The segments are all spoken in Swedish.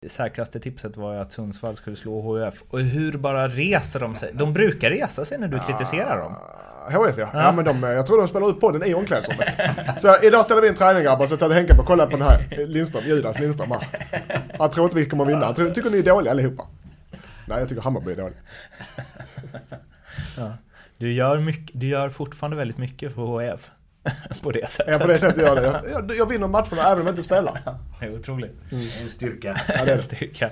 det säkraste tipset var ju att Sundsvall skulle slå HIF. Och hur bara reser de sig? De brukar resa sig när du kritiserar dem. HF ja men jag tror de spelar ut podden i omklädningsrummet. Så idag ställer vi in träning grabbar, så att Henke på kolla på den här Judas Lindström här. Jag tror inte vi kommer vinna. Jag tycker ni är dåliga allihopa. Nej, jag tycker Hammarby är dålig. Ja. Du gör fortfarande väldigt mycket för HF. På det sättet. Ja, på det sättet gör det. Jag vinner matcherna även om jag inte spelar. Ja, det är otroligt. En styrka. Ja, det är En styrka.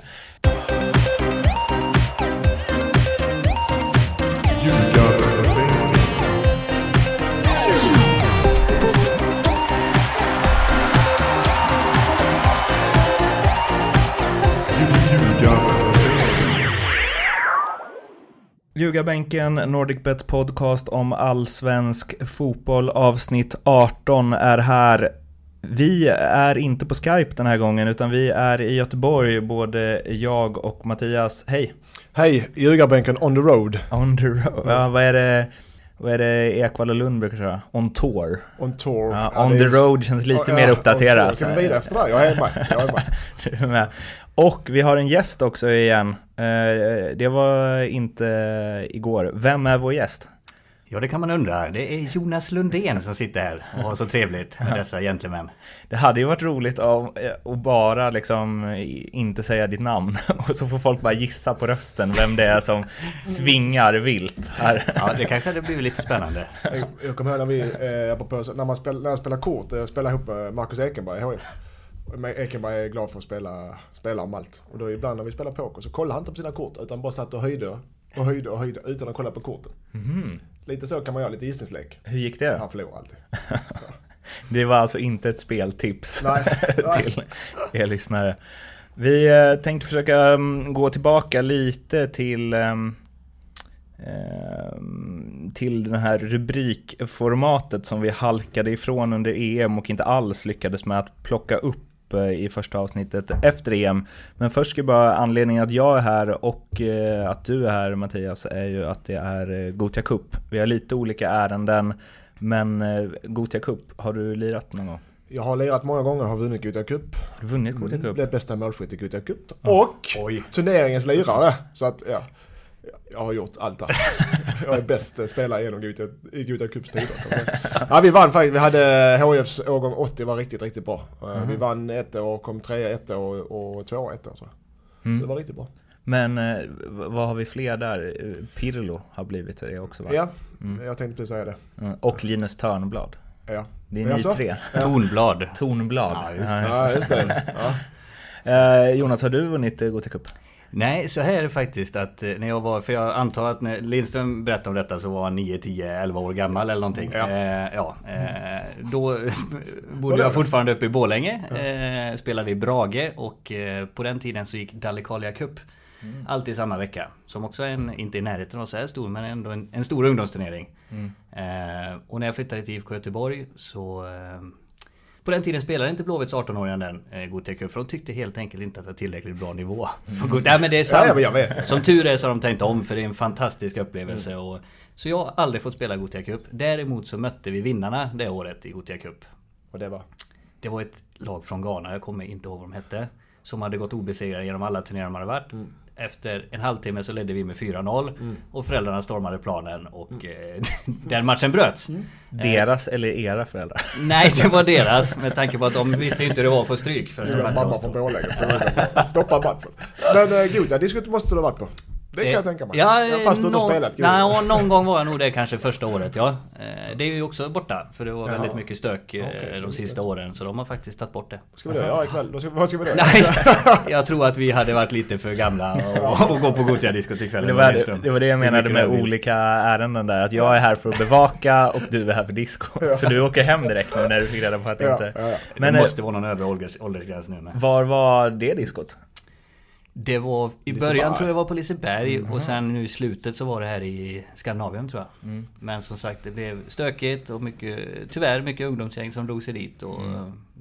Ljugarbänken, NordicBet podcast om allsvensk fotboll, avsnitt 18 är här. Vi är inte på Skype den här gången, utan vi är i Göteborg, både jag och Mattias. Hej! Hej, Ljugarbänken on the road. On the road, ja, vad är det Ekvall och Lund brukar säga? On tour. On tour. Ja, on the road känns lite mer uppdaterat. Ska vi vidare efter det? Jag är med. Du är med. Och vi har en gäst också igen. Det var inte igår. Vem är vår gäst? Ja, det kan man undra. Det är Jonas Lundén som sitter här och har så trevligt med dessa gentlemän. Det hade ju varit roligt att bara liksom inte säga ditt namn. Och så får folk bara gissa på rösten vem det är som svingar vilt här. Ja, det kanske hade blivit lite spännande. Jag kommer ihåg när jag spelar kort. Jag spelar ihop Marcus Ekenberg i HF. Ekenberg är glad för att spela om allt. Och då ibland när vi spelar poker så kollar han inte på sina kort, utan bara satt och höjde utan att kolla på korten. Mm. Lite så kan man göra, lite gissningslek. Hur gick det? Han förlorar alltid. Det var alltså inte ett speltips. Nej. Till er lyssnare. Vi tänkte försöka gå tillbaka lite till det här rubrikformatet som vi halkade ifrån under EM och inte alls lyckades med att plocka upp i första avsnittet efter EM. Men först ska bara anledningen att jag är här och att du är här, Mattias, är ju att det är Gothia Cup. Vi har lite olika ärenden, men Gothia Cup, har du lirat någon gång? Jag har lirat många gånger, har vunnit Gothia Cup. Har du vunnit Gothia Cup? Blev bästa målskytt i Gothia Cup. Och turneringens lirare. Så att, ja, jag har gjort allt där. Jag är bäst spelare genom Gothia Cups tider. Ja, vi vann faktiskt. Vi hade HFs årgång 80 var riktigt, riktigt bra. Vi vann ett år, kom 3-1 och 2-1 tror jag. Så det var riktigt bra. Men vad har vi fler där? Pirlo har blivit det också, va? Ja, jag tänkte precis säga det. Och Linus Törnblad. Ja. Det är ni tre. Ja. Tornblad. Ja, just det. Ja. Jonas, har du vunnit Gothia Cup? Nej, så här är det faktiskt att när jag var, för jag antar att när Lindström berättade om detta så var han 9, 10, 11 år gammal eller någonting. Då bodde jag fortfarande uppe i Borlänge, spelade i Brage och på den tiden så gick Dalecarlia Cup alltid samma vecka. Som också är inte i närheten av så här stor, men ändå en stor ungdomsturnering. Och när jag flyttade till IFK Göteborg så... På den tiden spelade inte Blåvitts 18-åringar den Gothia Cup, för de tyckte helt enkelt inte att det var tillräckligt bra nivå. Ja, men det är sant. Ja, jag vet. Som tur är så har de tänkt om, för det är en fantastisk upplevelse. Så jag har aldrig fått spela Gothia Cup. Däremot så mötte vi vinnarna det året i Gothia Cup. Och det var? Det var ett lag från Ghana, jag kommer inte ihåg vad de hette, som hade gått obesegrade genom alla turneringar de hade varit. Efter en halvtimme så ledde vi med 4-0 och föräldrarna stormade planen och den matchen bröts. Deras eller era föräldrar? Nej, det var deras, med tanke på att de visste inte hur det var för stryk. Deras mamma från Borlänge stoppa matchen. Men Gothia, det måste du ha varit på. Det kan jag tänka mig. Ja, jag fast ut och spelat. Någon gång var jag nog det, kanske första året, ja. Det är ju också borta, för det var väldigt mycket stök de sista åren, så de har faktiskt tagit bort det. Ska vi göra ikväll? Vad ska vi göra? Nej, jag tror att vi hade varit lite för gamla och gå på Gothia-diskot ikväll. Det var det jag menade med olika ärenden där, att jag är här för att bevaka och du är här för disco. Så du åker hem direkt nu när du fick reda på att det inte... Ja. Men det måste vara någon övre åldersgräns nu. Var var det diskot? Det var i början tror jag var på Liseberg och sen nu i slutet så var det här i Skandinavien tror jag. Men som sagt, det blev stökigt och mycket ungdomsgäng som drog sig dit och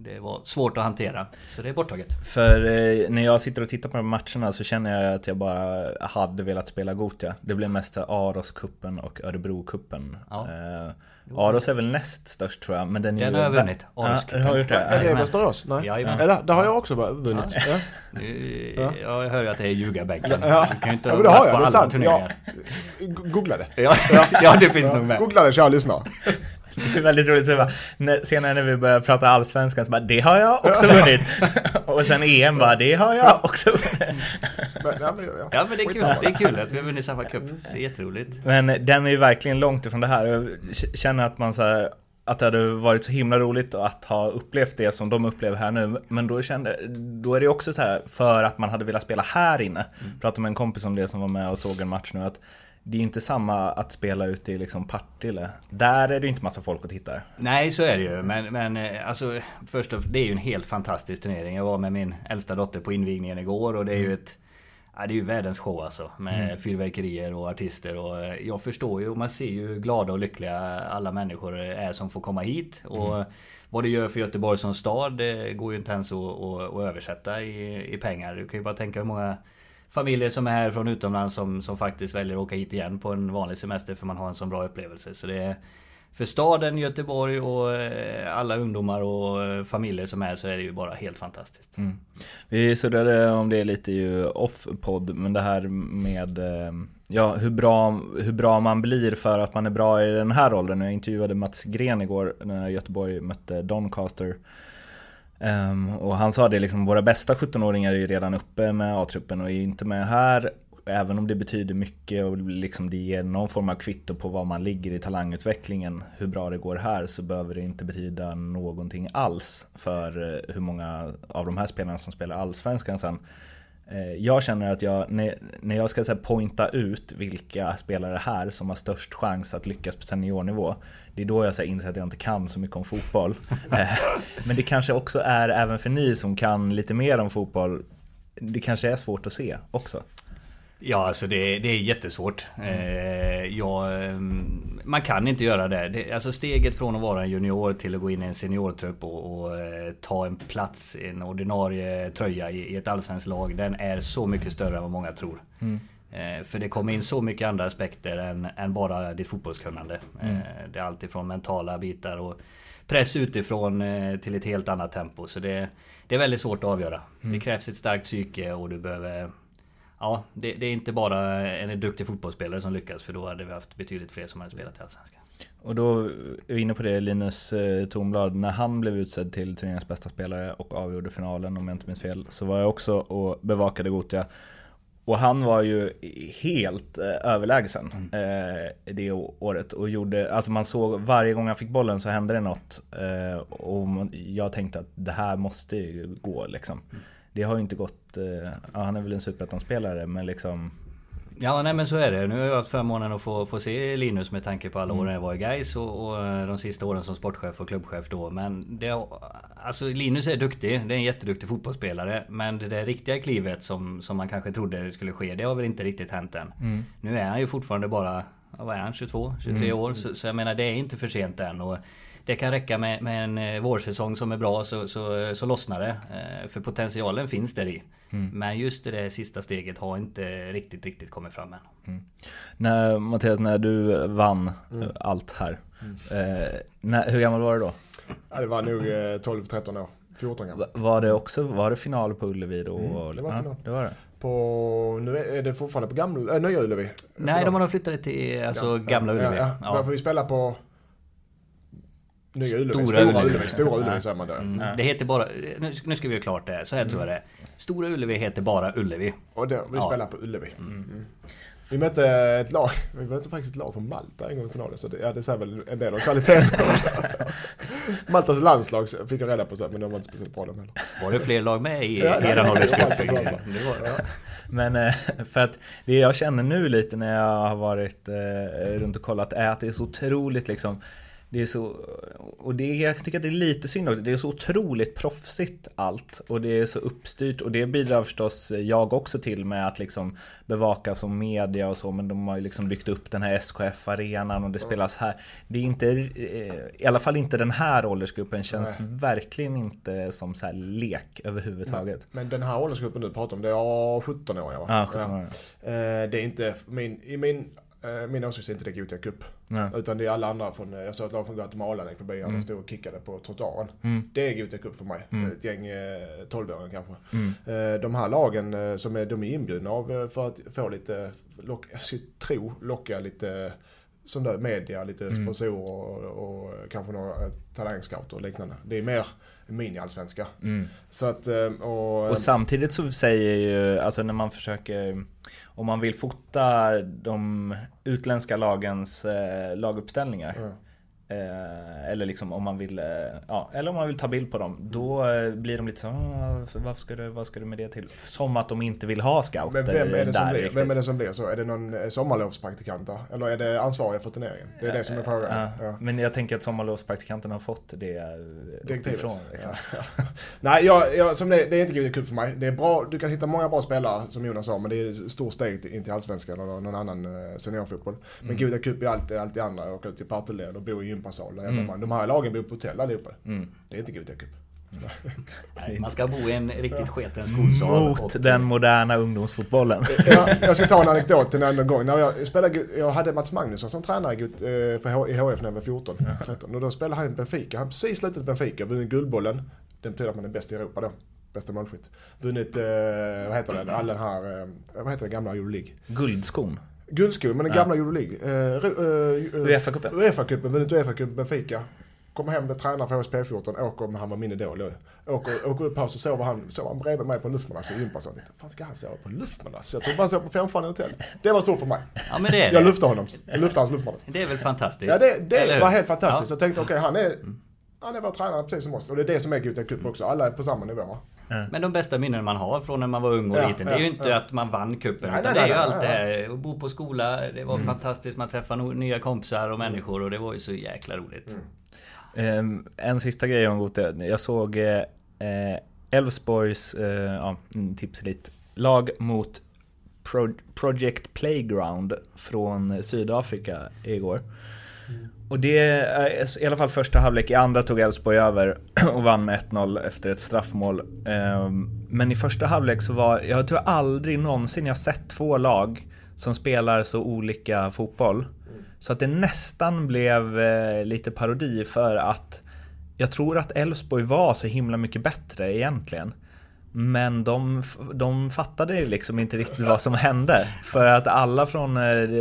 det var svårt att hantera. Så det är borttaget. För när jag sitter och tittar på de matcherna så känner jag att jag bara hade velat spela Gothia. Det blev mest Aros-kuppen och Örebro-kuppen. Ja. Aros är väl näst störst tror jag, men den har jag vunnit. Aros-kuppen. Har gjort det? Är det Västerås? Nej. Det har jag också vunnit. Ja. Jag hör ju att det är ljugarbänken. Ja. Du kan ju inte det har jag, på det är alla sant. turneringar. Googla det. Ja, det finns nog med. Googla det, jag lyssnar. Det är väldigt roligt, så senare när vi börjar prata allsvenskan så bara, det har jag också vunnit. Och sen EM bara, det har jag också vunnit. Ja, men det är kul. Det är kul att vi har vunnit samma cup. Det är jätteroligt. Men den är verkligen långt ifrån det här. Jag känner att man så här, att det hade varit så himla roligt att ha upplevt det som de upplever här nu. Men då är det också så här, för att man hade velat spela här inne. Pratade med en kompis om det som var med och såg en match nu, att det är inte samma att spela ute i liksom Partille. Där är det inte massa folk att titta. Nej, så är det ju. Men alltså, först och det är ju en helt fantastisk turnering. Jag var med min äldsta dotter på invigningen igår och det är ju det är ju världens show alltså. Med fyrverkerier och artister. Och jag förstår ju, och man ser ju hur glada och lyckliga alla människor är som får komma hit. Och vad det gör för Göteborg som stad, det går ju inte ens att översätta i pengar. Du kan ju bara tänka hur många familjer som är här från utomlands som faktiskt väljer att åka hit igen på en vanlig semester för man har en sån bra upplevelse. Så det är för staden Göteborg och alla ungdomar och familjer som är, så är det ju bara helt fantastiskt. Vi suddade om det lite ju off-podd, men det här med hur bra man blir för att man är bra i den här åldern. Jag intervjuade Mats Gren igår när Göteborg mötte Doncaster. Och han sa det liksom, våra bästa 17-åringar är ju redan uppe med A-truppen och är inte med här, även om det betyder mycket och liksom det ger någon form av kvitto på vad man ligger i talangutvecklingen, hur bra det går här, så behöver det inte betyda någonting alls för hur många av de här spelarna som spelar allsvenskan sen. Jag känner att när jag ska pointa ut vilka spelare här som har störst chans att lyckas på seniornivå, det är då jag inser att jag inte kan så mycket om fotboll. Men det kanske också är, även för ni som kan lite mer om fotboll, det kanske är svårt att se också. Ja, alltså det är jättesvårt. Man kan inte göra det. Alltså steget från att vara en junior till att gå in i en seniortrupp och ta en plats i en ordinarie tröja i ett allsvenskt lag, den är så mycket större än vad många tror. För det kommer in så mycket andra aspekter än bara ditt fotbollskunnande. Det är allt ifrån mentala bitar och press utifrån till ett helt annat tempo. Så det är väldigt svårt att avgöra. Det krävs ett starkt psyke och du behöver... Ja, det är inte bara en duktig fotbollsspelare som lyckas, för då hade vi haft betydligt fler som hade spelat i allsvenskan. Och då är vi inne på det, Linus Tornblad, när han blev utsedd till turneringens bästa spelare och avgjorde finalen, om jag inte minns fel, så var jag också och bevakade Gothia. Och han var ju helt överlägsen det året och gjorde, alltså man såg varje gång han fick bollen så hände det något, och jag tänkte att det här måste ju gå liksom. Det har ju inte gått, han är väl en superettan-spelare, men liksom... Ja, nej men så är det. Nu har jag haft förmånen att få se Linus med tanke på alla åren jag var i Gais och de sista åren som sportchef och klubbchef då. Men alltså Linus är duktig, det är en jätteduktig fotbollsspelare, men det där riktiga klivet som man kanske trodde skulle ske, det har väl inte riktigt hänt än. Nu är han ju fortfarande bara, vad är han, 22, 23 år, så jag menar det är inte för sent än, och det kan räcka med en vårsäsong som är bra, så lossnar det. För potentialen finns där i. Men just det där sista steget har inte riktigt kommit fram än. Mattias, när du vann allt här, hur gammal var du då? Ja, det var nog 12-13 år, 14 gammal. Var det final på Ullevi då? Det var final. Det var det. Nu är det fortfarande på nya Ullevi. Nej, de har flyttat till gamla Ullevi. Ja. Varför vi spelar på nya Ullevi. Stora Ullevi säger man där. Det heter bara, nu ska vi göra klart det, så här tror jag det. Stora Ullevi heter bara Ullevi. Och vi spelar på Ullevi. Vi mötte faktiskt ett lag från Malta en gång i finalen, så det säger väl en del av kvaliteten. Maltas landslag fick jag reda på, men de var inte speciellt bra dem heller. Var det fler lag med i era åldersgrupp? Men för att det jag känner nu lite när jag har varit runt och kollat är att det är så otroligt liksom, Det är så, och jag tycker att det är lite synd också. Det är så otroligt proffsigt allt, och det är så uppstyrt, och det bidrar förstås jag också till med att liksom bevaka som media och så, men de har ju liksom byggt upp den här SKF-arenan och det spelas här. Det är inte, i alla fall inte den här åldersgruppen känns verkligen inte som så här lek överhuvudtaget. Nej, men den här åldersgruppen du pratar om, det är 17-åringar va? Ja, 17-åringar. Det är inte, min åsikt är inte det Gothia Cup. Nej. Utan det är alla andra jag såg ett lag från Guatemala gick förbi och stod och kickade på trottoaren. Det är Gothia Cup för mig. Ett gäng 12-åringar kanske. De här lagen de är inbjudna av för att få lite locka lite som där media, lite sponsorer och kanske några talangscouter och liknande. Det är mer mini-allsvenska. Så att, och samtidigt så säger ju, alltså när man försöker, om man vill fota de utländska lagens laguppställningar, eller liksom om man vill eller om man vill ta bild på dem, då blir de lite så vad ska du med det till? Som att de inte vill ha scouter. Men vem är det som blir så? Är det någon sommarlovspraktikanter? Eller är det ansvariga för turneringen? Det är det som är frågan. Ja. Men jag tänker att sommarlovspraktikanterna har fått det ifrån. Liksom. Nej, det är inte Gothia Cup för mig. Det är bra, du kan hitta många bra spelare som Jonas sa, men det är ett stort steg in till allsvenskan eller någon annan seniorfotboll. Men Gothia Cup är allt det andra. Åka ut i Partille och bo i gympasal. De här lagen bor på hotell allihopa. Det är inte Gothia Cup. Nej, man ska bo i en riktigt sketen skolsal. Mot den moderna ungdomsfotbollen. Jag ska ta en anekdot en annan gång. När jag hade Mats Magnusson som tränare i HF när jag var 14. Och då spelade han i Benfica. Han precis slutat Benfica, vunnit Guldbollen. Det betyder att man är bäst i Europa då. Bästa målskytt. Vunnit, vad heter det? All den här, vad heter det gamla Euroleague? Guldskon, men den gamla Euroleague. UEFA-cupen. UEFA-cupen, vunnit UEFA-cupen Benfica. Kommer hem, tränar för HSP14, åker med han var min idol. Åker upp paus och sover han bredvid mig på en luftmadrass i gympasalen. Fan ska han sova på en luftmadrass? Jag tror bara han sover på Femstjärnig hotell. Det var stort för mig. Ja, men det är jag luftade honom. Jag luftade hans luftmadrass. Det är väl fantastiskt? Ja, det var helt fantastiskt. Jag tänkte okej, han är vår tränare precis som oss. Och det är det som är Gothia Cup också. Alla är på samma nivå. Men de bästa minnen man har från när man var ung och liten, det är ju inte att man vann kuppen, utan det är ju allt det här, att bo på skola, det var fantastiskt, man träffade nya kompisar och människor, och det var ju så jäkla roligt. En sista grej om Gothia. Jag såg Elfsborgs tipselit lag mot Project Playground från Sydafrika igår. Och det är i alla fall första halvlek. I andra tog Elfsborg över och vann med 1-0 efter ett straffmål. Men i första halvlek så jag tror aldrig någonsin jag sett två lag som spelar så olika fotboll. Så att det nästan blev lite parodi, för att jag tror att Elfsborg var så himla mycket bättre egentligen. Men de fattade liksom inte riktigt vad som hände. För att alla från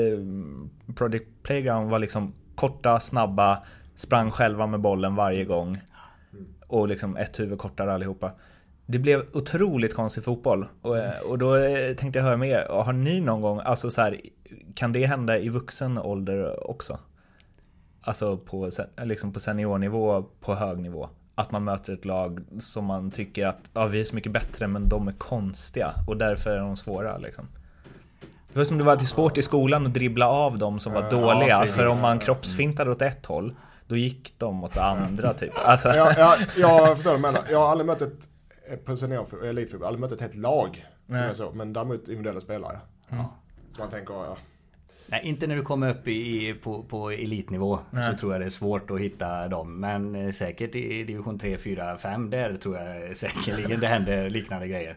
Project Playground var liksom korta, snabba, sprang själva med bollen varje gång. Och liksom ett huvud kortare allihopa. Det blev otroligt konstig fotboll. Och då tänkte jag höra med er. Har ni någon gång, alltså så här, kan det hända i vuxen ålder också? Alltså på seniornivå, på hög nivå. Att man möter ett lag som man tycker att vi är så mycket bättre, men de är konstiga. Och därför är de svåra liksom. Det var som det var svårt i skolan att dribbla av dem som var dåliga. För om man kroppsfintade åt ett håll, då gick de åt det andra typ. Alltså. Jag förstår vad du menar. Jag har aldrig mött på senior elitfotboll, aldrig mött ett helt lag som är så, men däremot individuella spelare. Så man tänker, Nej, inte när du kommer upp på elitnivå. Så tror jag det är svårt att hitta dem. Men säkert i division 3, 4, 5 där tror jag säkerligen det händer liknande grejer.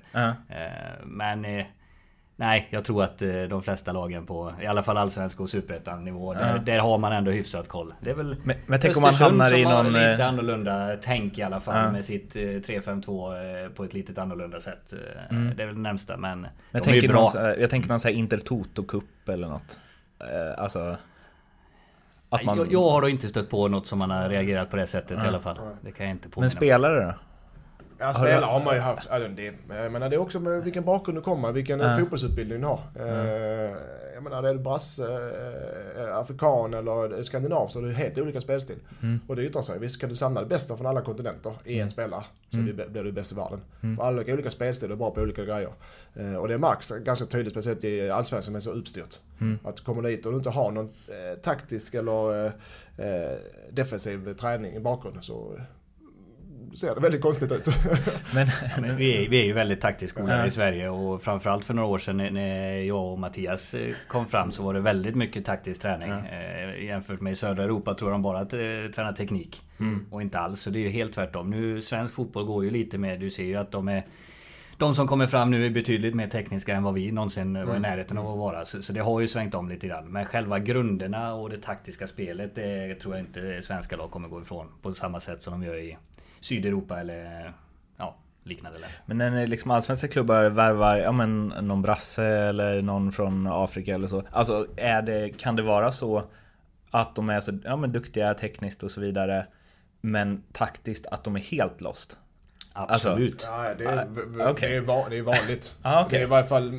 Men nej, jag tror att de flesta lagen på i alla fall allsvenska och superettan nivå där har man ändå hyfsat koll. Det är väl men tänk om man hamnar i någon lite annorlunda tänk i alla fall med sitt 3-5-2 på ett litet annorlunda sätt. Det är väl det närmsta, men de är ju bra. Jag tänker någon så här Intertoto Cup eller något. Alltså att man... jag har då inte stött på något som man har reagerat på det sättet i alla fall. Det kan jag inte påminna. Men spelare då? Ja, spelare har man ju haft. Men det är också med vilken bakgrund du kommer, vilken fotbollsutbildning du har. jag menar, är du afrikan eller skandinav så är det helt olika spelstil. Och det yttrar sig. Visst kan du samla det bästa från alla kontinenter i en spelare så blir du bäst i världen. För alla olika spelstil är bra på olika grejer. Och det märks ganska tydligt, speciellt i Allsvenskan som är så uppstyrt. Att komma dit och du inte har någon taktisk eller defensiv träning i bakgrunden så ser det väldigt konstigt ut. Men vi är ju väldigt taktiskt skolade i Sverige och framförallt för några år sedan när jag och Mattias kom fram så var det väldigt mycket taktisk träning. Jämfört med i södra Europa tror jag de bara tränar teknik och inte alls. Så det är ju helt tvärtom. Nu svensk fotboll går ju lite med, du ser ju att de som kommer fram nu är betydligt mer tekniska än vad vi någonsin var i närheten av att vara. Så det har ju svängt om lite grann. Men själva grunderna och det taktiska spelet, det tror jag inte svenska lag kommer gå ifrån på samma sätt som de gör i Sydeuropa eller liknande länder. Men när liksom allsvenska klubbar värvar någon brasse eller någon från Afrika eller så. Alltså kan det vara så att de är så duktiga tekniskt och så vidare, men taktiskt att de är helt lost? Absolut. Alltså, det är vanligt. Okay. Det är i varje fall,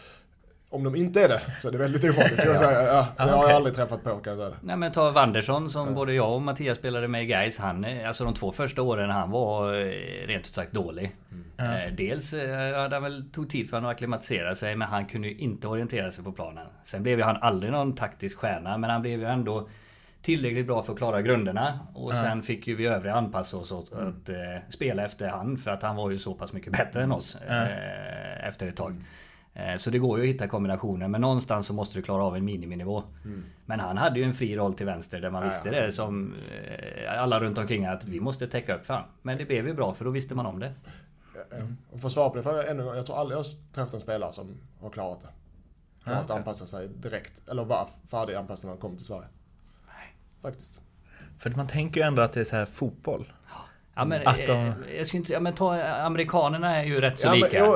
om de inte är det så är det väldigt ovanligt. Ska jag säga. Det har jag aldrig träffat på, kan jag säga. Nej, men ta Wanderson som både jag och Mattias spelade med i Gais. Alltså de 2 första åren han var rent ut sagt dålig. Dels hade han väl tog tid för honom att akklimatisera sig, men han kunde ju inte orientera sig på planen. Sen blev han aldrig någon taktisk stjärna, men han blev ju ändå tillräckligt bra för att klara grunderna. Och sen fick ju vi övriga anpassa oss åt att spela efter han, för att han var ju så pass mycket bättre än oss efter ett tag. Så det går ju att hitta kombinationer, men någonstans så måste du klara av en miniminivå. Men han hade ju en fri roll till vänster där man visste det som alla runt omkring att vi måste täcka upp för han. Men det blev ju bra, för då visste man om det. Och för att svara på det för ännu en gång, jag tror aldrig jag har träffat en spelare som har klarat det. Att anpassa sig direkt, eller var färdig anpassad när han kom till Sverige. Nej. Faktiskt. För man tänker ju ändå att det är så här fotboll. Ja, men jag skulle inte, amerikanerna är ju rätt så lika. De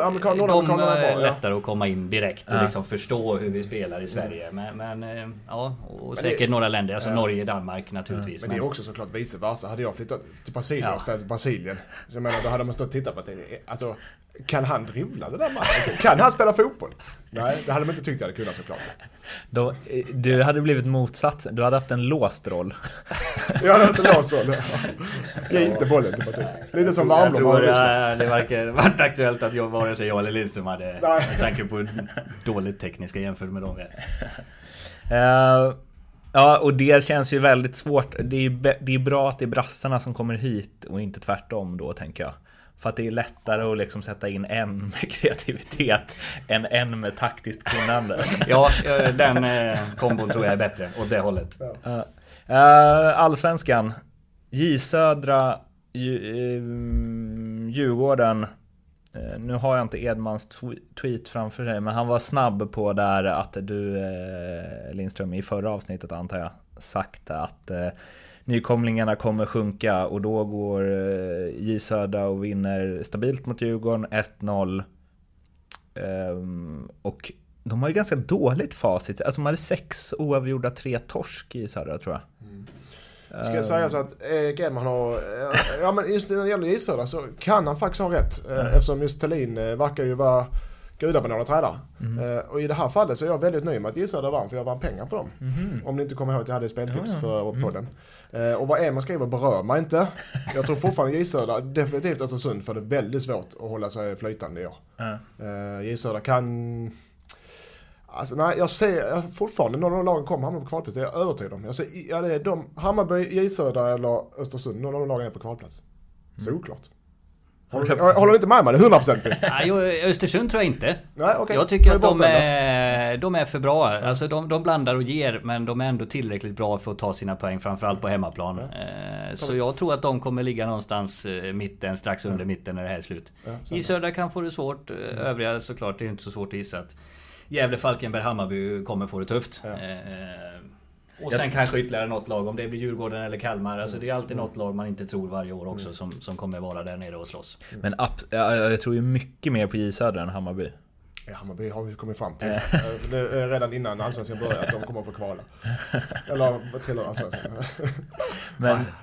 är lättare att komma in direkt och liksom förstå hur vi spelar i Sverige. Och säkert några länder, alltså Norge, Danmark naturligtvis. Men det är också såklart vice versa. Hade jag flyttat till Brasilien och spelat i Brasilien, jag menar, då hade man stått och tittat på det. Alltså, kan han dribbla det där matchen? Kan han spela fotboll? Nej, det hade man inte tyckt jag hade kunnat, såklart. Du hade blivit motsatsen. Du hade haft en låst roll. Jag hade haft en låst roll. Jag är inte bollen till partiet. Lite som Warmblom. Det verkar varit aktuellt att vare sig jag eller Lindström hade med tanke på dåligt tekniska jämfört med dem. Ja, och det känns ju väldigt svårt. Det är bra att det är brassarna som kommer hit och inte tvärtom då, tänker jag. För att det är lättare att liksom sätta in en med kreativitet än en med taktiskt kunnande. Ja, den kombon tror jag är bättre åt det hållet. Allsvenskan. J Södra, Djurgården. Nu har jag inte Edmans tweet framför sig, men han var snabb på där att du, Lindström, i förra avsnittet antar jag sagt att nykomlingarna kommer sjunka, och då går J Södra och vinner stabilt mot Djurgården 1-0. Och de har ju ganska dåligt facit. Alltså de hade 6 oavgjorda, 3 torsk i Södra, tror jag. Ska jag säga så att Edman har... Ja, men just när det gäller J Södra så kan han faktiskt ha rätt. Eftersom just Thelin verkar ju vara gudabenådad tränare. Och i det här fallet så är jag väldigt nöjd med att J Södra vann, för jag vann pengar på dem. Om ni inte kommer ihåg att jag hade speltips för podden. Och vad Edman skriver berör mig inte. Jag tror fortfarande J Södra, definitivt Östersund, för det är väldigt svårt att hålla sig flytande i år. J Södra kan... Alltså, nej, jag ser fortfarande någon av lagen kommer hamna på kvalplats. Det är jag övertygad om. Jag ser, det är de, Hammarby, J Södra eller Östersund. Någon av lagen är på kvalplats. Så oklart. Håller du inte med mig? 100%? Nej, Östersund tror jag inte. Nej, okay. Jag tycker att de är för bra. Alltså de blandar och ger, men de är ändå tillräckligt bra för att ta sina poäng, framförallt på hemmaplan. Så jag tror att de kommer ligga någonstans mitten, strax under mitten när det här är slut. I Södra kan få det svårt. Övriga såklart, det är inte så svårt att gissa att Gävle, Falkenberg, Hammarby kommer få det tufft. Och sen kanske ytterligare något lag, om det blir Djurgården eller Kalmar. Alltså det är alltid något lag man inte tror varje år också som kommer vara där nere och slåss. Men jag tror ju mycket mer på J Södra än Hammarby. Ja, Hammarby har vi kommit fram till. Det är redan innan Allsvenskan börjar att de kommer att få kvala. Eller till Allsvenskan.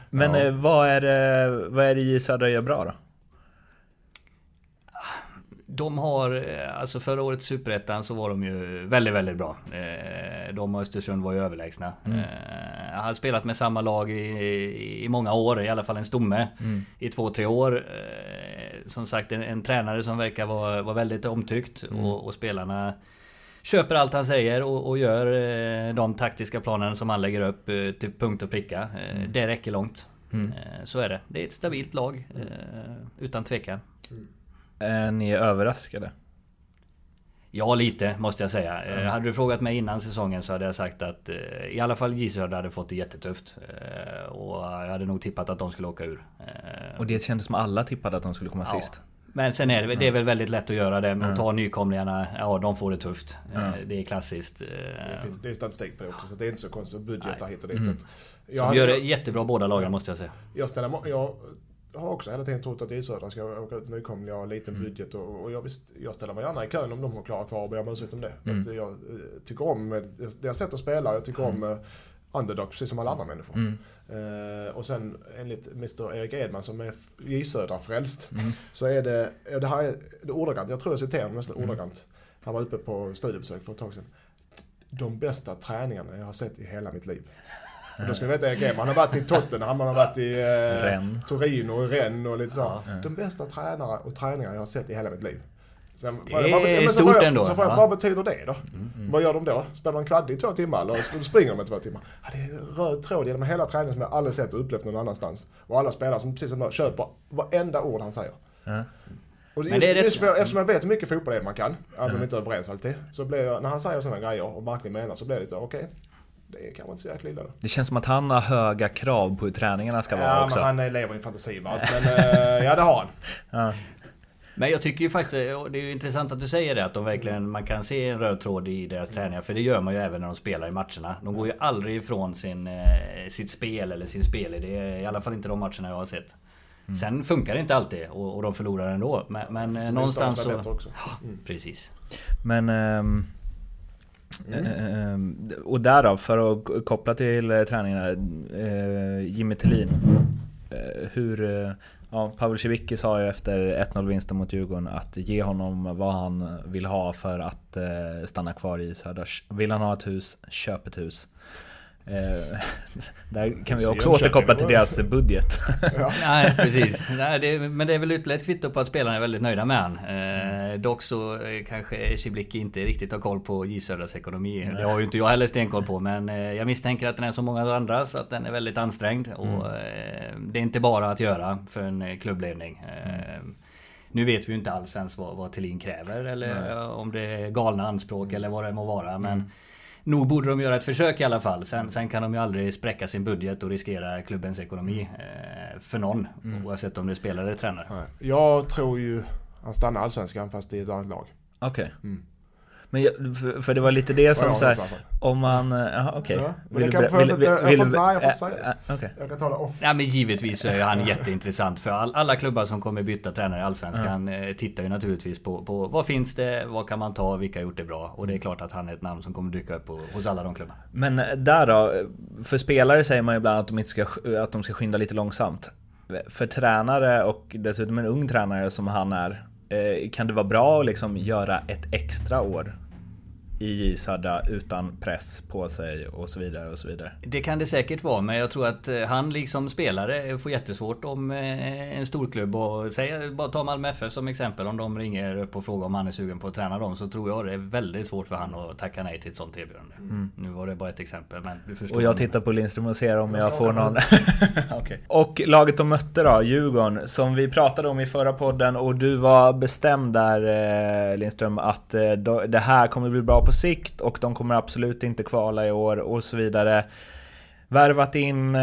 Men vad är det J Södra gör bra då? De har, alltså förra årets Superettan så var de ju väldigt, väldigt bra. De och Östersund var ju överlägsna. Jag har spelat med samma lag i många år, i alla fall en stomme i 2-3 år. Som sagt, en tränare som verkar vara väldigt omtyckt och spelarna köper allt han säger och gör de taktiska planen som han lägger upp till punkt och pricka. Det räcker långt. Så är det. Det är ett stabilt lag, utan tvekan. Är ni överraskade? Ja, lite måste jag säga. Hade du frågat mig innan säsongen så hade jag sagt att i alla fall J Södra hade fått det jättetufft. Och jag hade nog tippat att de skulle åka ur. Och det kändes som alla tippade att de skulle komma sist. Men sen är det är väl väldigt lätt att göra det. Men att ta nykomlingarna, ja, de får det tufft. Det är klassiskt. Det är statistik på det också, så det är inte så konstigt. Budgetar hit och dit. De gör det jättebra båda lagen, måste jag säga. Jag har också hela tiden trott att J Södra ska åka ut nykomlingar och liten budget. Och jag ställer mig gärna i kön om de har klarat kvar och ber om ursäkt om det. Att jag tycker om deras sätt att spela. Jag tycker om underdog, precis som alla andra människor. Och sen enligt Mr. Erik Edman som är J Södra frälst, så är det här är ordagrant. Jag tror jag citerar nästan ordagrant. Han var uppe på studiebesök för ett tag sedan. De bästa träningarna jag har sett i hela mitt liv. Och då ska vi veta Erik Edman, han har varit i Tottenham, han har varit i Torino och Rennes och lite så. De bästa tränare och träningar jag har sett i hela mitt liv. Sen, det är stort ändå. Så vad betyder det då? Vad gör de då? Spelar de kvadd i 2 timmar eller springer de i 2 timmar? Ja, det är röd tråd genom hela träningen som jag aldrig sett och upplevt någon annanstans. Och alla spelare som precis som de köper varenda ord han säger. Och eftersom jag vet hur mycket fotboll det är man kan, även om vi inte är överens alltid, så blir jag, när han säger sådana grejer och verkligen menar, så blir det lite okej. Det är kanske inte så jäkla illa då. Det känns som att han har höga krav på hur träningarna ska vara också. Ja, men han lever i fantasivärld. Men ja, det har han. Men jag tycker ju faktiskt, och det är ju intressant att du säger det, att de verkligen, man kan se en röd tråd i deras träningar. För det gör man ju även när de spelar i matcherna. De går ju aldrig ifrån sitt spel eller sin spelidé. I alla fall inte de matcherna jag har sett. Sen funkar det inte alltid och de förlorar ändå. Men någonstans så... Precis. Men... och därav, för att koppla till träningarna, Jimmy Thelin, Pavel Cevicki sa ju efter 1-0-vinsten mot Djurgården att ge honom vad han vill ha för att stanna kvar i Södra. Vill han ha ett hus, köp ett hus. Där kan vi också återkoppla till deras budget. Nej, precis. Men det är väl ytterligare ett kvitto på att spelarna är väldigt nöjda med han. Dock så kanske Ciblicki inte riktigt har koll på J Södras ekonomi. Det har ju inte jag heller stenkoll på, men jag misstänker att den är så många andra så att den är väldigt ansträngd. Och det är inte bara att göra för en klubbledning. Nu vet vi ju inte alls ens vad Thelin kräver, eller om det är galna anspråk eller vad det må vara, men nog borde de göra ett försök i alla fall. Sen kan de ju aldrig spräcka sin budget och riskera klubbens ekonomi för någon, oavsett om det är spelare eller tränare. Jag tror ju han stannar allsvenskan fast i ett annat lag. Okej. Men för det var lite det som så här, om man okej. Jag kan ta det off. Ja, men givetvis så är han jätteintressant för alla klubbar som kommer byta tränare i allsvenskan tittar ju naturligtvis på vad finns det, vad kan man ta, vilka har gjort det bra, och det är klart att han är ett namn som kommer dyka upp hos alla de klubbarna. Men där då, för spelare säger man ju ibland att de ska skynda lite långsamt. För tränare och dessutom en ung tränare som han är, kan det vara bra att liksom göra ett extra år i Södra utan press på sig och så vidare och så vidare? Det kan det säkert vara, men jag tror att han liksom spelare får jättesvårt om en storklubb, och bara ta Malmö FF som exempel, om de ringer upp och frågar om han är sugen på att träna dem, så tror jag det är väldigt svårt för han att tacka nej till ett sånt erbjudande. Nu var det bara ett exempel, men du förstår. Och jag tittar på Lindström och ser om jag får någon. Okay. Och laget de mötte då, Djurgården, som vi pratade om i förra podden, och du var bestämd där, Lindström, att det här kommer bli bra på sikt och de kommer absolut inte kvala i år och så vidare. Värvat in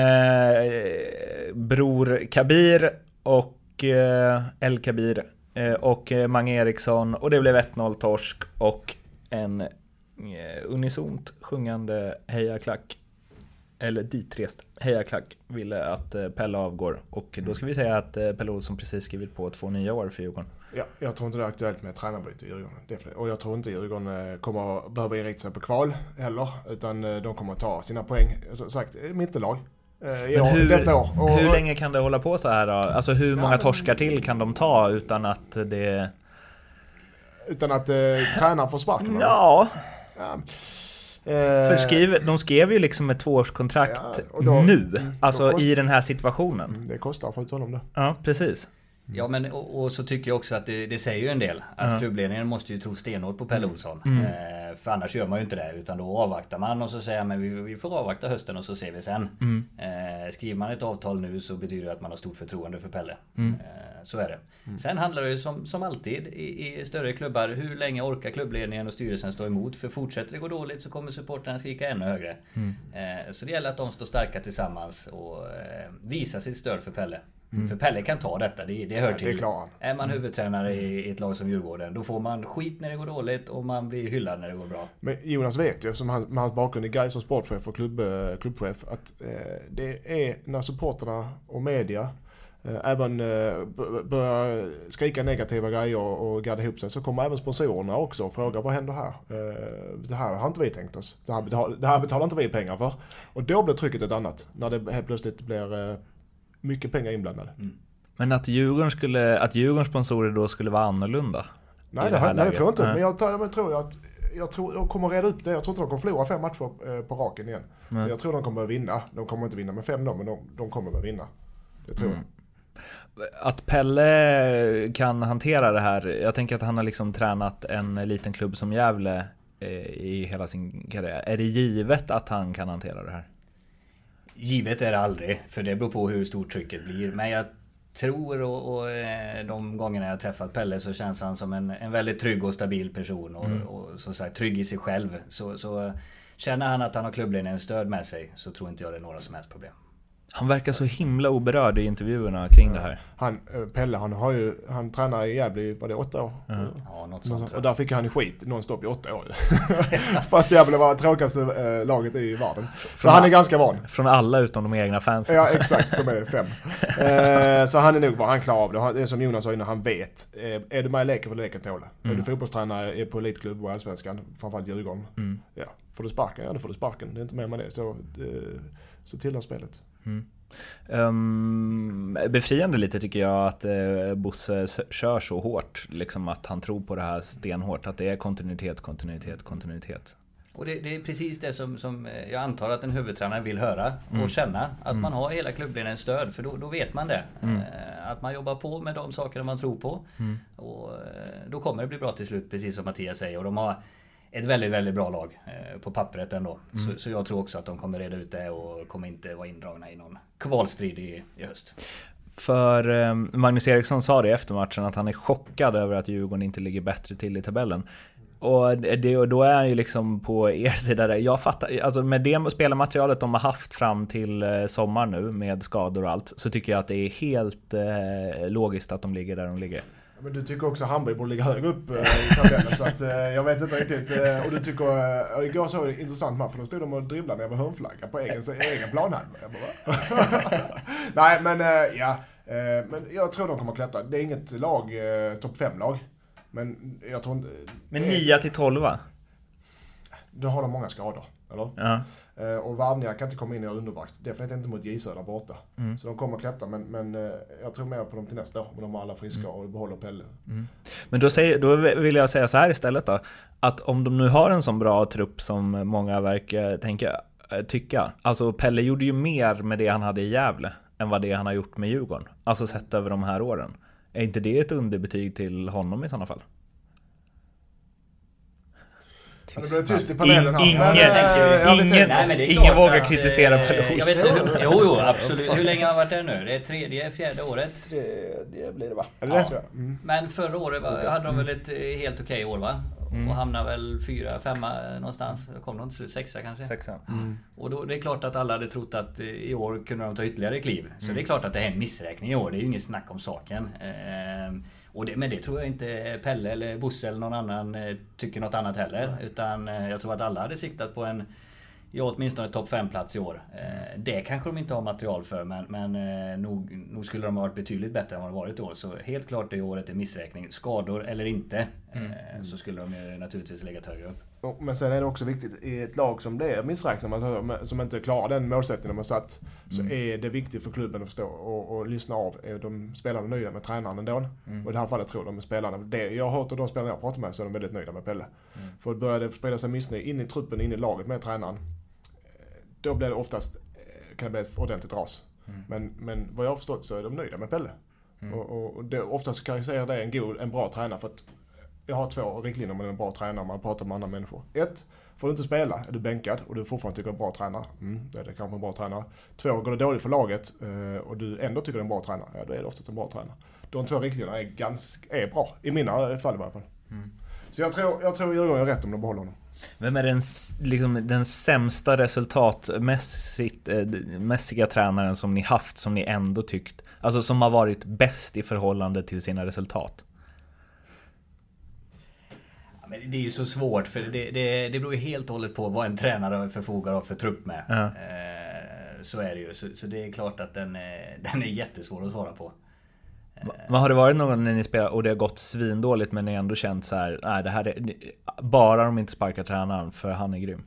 Bror Kabir och El Kabir och Mange Eriksson, och det blev 1-0 torsk och en unisont sjungande hejaklack, eller ditrest hejaklack, ville att Pelle avgår, och då ska vi säga att Pelle Olsson precis skrivit på 2 nya år för Djurgården. Ja, jag tror inte det är aktuellt med tränarbyte i Djurgården. Och jag tror inte Djurgården behöver inrikta sig på kval heller, utan de kommer att ta sina poäng. Som sagt, mittelag. Detta år. Hur länge kan det hålla på så här då? Alltså hur många torskar till kan de ta utan att det... utan att tränaren får sparken? Ja. För de skrev ju liksom ett 2-årskontrakt nu, alltså i den här situationen. Det kostar för honom det. Ja, precis. Ja, men och så tycker jag också att det säger ju en del att klubbledningen måste ju tro stenhårt på Pelle Olsson. För annars gör man ju inte det, utan då avvaktar man och så säger man vi får avvakta hösten och så ser vi sen. Skriver man ett avtal nu så betyder det att man har stort förtroende för Pelle. Så är det. Sen handlar det ju som alltid i större klubbar, hur länge orkar klubbledningen och styrelsen stå emot? För fortsätter det gå dåligt så kommer supporterna skrika ännu högre. Så det gäller att de står starka tillsammans och visar sitt stöd för Pelle. För Pelle kan ta detta, det hör till. Är man huvudtränare i ett lag som Djurgården, då får man skit när det går dåligt och man blir hyllad när det går bra. Men Jonas vet ju, som han har bakgrund i Gais som sportchef och klubbchef, att det är när supporterna och media även börjar skrika negativa grejer och gadda ihop sig, så kommer även sponsorerna också och frågar vad händer här? Det här har inte vi tänkt oss. Det här betalar inte vi pengar för. Och då blir trycket ett annat, när det helt plötsligt blir mycket pengar inblandade. Men att Djurgårdens sponsorer då skulle vara annorlunda? Nej, det tror jag inte. Men jag tror de kommer reda upp det. Jag tror inte de kommer förlora 5 matcher på raken igen. Jag tror de kommer att vinna. De kommer inte vinna med 5 då, men de kommer att vinna. Det tror jag. Att Pelle kan hantera det här. Jag tänker att han har liksom tränat en liten klubb som Gävle i hela sin karriär. Är det givet att han kan hantera det här? Givet är det aldrig, för det beror på hur stort trycket blir. Men jag tror och de gångerna jag träffat Pelle så känns han som en väldigt trygg och stabil person och så sagt, trygg i sig själv. Så känner han att han har klubbledningens stöd med sig, så tror inte jag det är några som helst problem. Han verkar så himla oberörd i intervjuerna kring det här. Pelle, han tränar i Gävle, var det 8 år? Ja, något sånt. Och där fick han skit nonstop i 8 år. För att Gävle var det tråkigaste laget i världen. Så han är ganska van. Från alla utom de egna fansen. Ja, exakt, som är 5. Så han är nog han klarar av det. Det är som Jonas sa innan, han vet. Är du med i leken för leken tåla? Är du fotbollstränare på elitklubb och allsvenskan, framförallt Djurgården? Ja. Får du sparken? Ja, då får du sparken. Det är inte mer med det. Så tillhör spelet. Befriande lite tycker jag att Bosse kör så hårt, liksom att han tror på det här stenhårt, att det är kontinuitet. Och det är precis det som jag antar att en huvudtränare vill höra och känna, att man har hela klubbledningens stöd, för då vet man det. Att man jobbar på med de saker man tror på, och då kommer det bli bra till slut, precis som Mattias säger. Och de har ett väldigt, väldigt bra lag på pappret ändå. Så jag tror också att de kommer reda ut det och kommer inte vara indragna i någon kvalstrid i höst. För Magnus Eriksson sa det efter matchen att han är chockad över att Djurgården inte ligger bättre till i tabellen. Och då är han ju liksom på er sida där. Jag fattar, alltså med det spelarmaterialet de har haft fram till sommar nu med skador och allt, så tycker jag att det är helt logiskt att de ligger där de ligger. Men du tycker också att Hamburg borde ligga högre upp i tabellen, så att jag vet inte riktigt. Och du tycker, igår så var det intressant match, för då stod de och dribblade över hörnflagga på egen planhalva. Nej, men men jag tror de kommer att klättra. Det är inget lag, topp 5-lag. Men jag tror inte... Men 9-12 va? Då har de många skador, eller? Ja. Och varvningar kan inte komma in i undervakt. Definitivt inte mot J Söder borta. Så de kommer att klättra, men jag tror mer på dem till nästa år. Men de har alla friska och behåller Pelle. Men då vill jag säga så här istället då. Att om de nu har en sån bra trupp som många verkar tycka. Alltså Pelle gjorde ju mer med det han hade i Gävle än vad det han har gjort med Djurgården. Alltså sett över de här åren. Är inte det ett underbetyg till honom i sådana fall? Ja, det blev tyst i panelen Ingen vågar kritisera Pelle Olsson. Jo, absolut. Hur länge har han varit där nu? Det är 3:e, 4:e året. Det blir det va? Ja. Men förra året hade de väl ett helt okej år va? Och hamnade väl 4-5 någonstans. Kom de till slut 6 kanske? 6. Och då det är klart att alla hade trott att i år kunde de ta ytterligare kliv. Så det är klart att det är en missräkning i år. Det är ju inget snack om saken. Men det tror jag inte Pelle eller Bosse eller någon annan tycker något annat heller. Utan jag tror att alla hade siktat på åtminstone topp 5-plats i år. Det kanske de inte har material för, men nog skulle de ha varit betydligt bättre än vad de varit i år. Så helt klart det året är missräkning. Skador eller inte, så skulle de ju naturligtvis lägga högre upp. Men sen är det också viktigt, i ett lag som det är missräknat, som inte klarar den målsättningen de har satt, så är det viktigt för klubben att förstå och lyssna av. Är de spelarna nöjda med tränaren ändå? Och i det här fallet tror de med spelarna. Jag har hört av de spelarna jag pratar med, så är de väldigt nöjda med Pelle. För börjar det sprida sig missnöje in i truppen, in i laget med tränaren, då blir det oftast, kan det bli ett ordentligt ras. Men vad jag har förstått så är de nöjda med Pelle. Och det, oftast kan jag säga att det är en bra tränare, för att jag har 2 riktlinjer med en bra tränare om man pratar med andra människor. 1, får du inte spela, är du bänkad och du fortfarande tycker en bra tränare. Det är kanske en bra tränare. 2, går det dåligt för laget och du ändå tycker en bra tränare, ja, då är det oftast en bra tränare. De 2 riktlinjerna är bra, i mina fall i varje fall. Så jag tror Djurgården är rätt om de behåller honom. Vem är den sämsta resultatmässiga tränaren som ni haft, som ni ändå tyckt, alltså som har varit bäst i förhållande till sina resultat? Men det är ju så svårt, för det beror ju helt och hållet på vad en tränare förfogar av för trupp med. Så är det ju. Så det är klart att den är jättesvår att svara på. Men har det varit någon när ni spelar och det har gått svindåligt, men ni ändå känt så här, nej, det här är bara de inte sparkar tränaren för han är grym?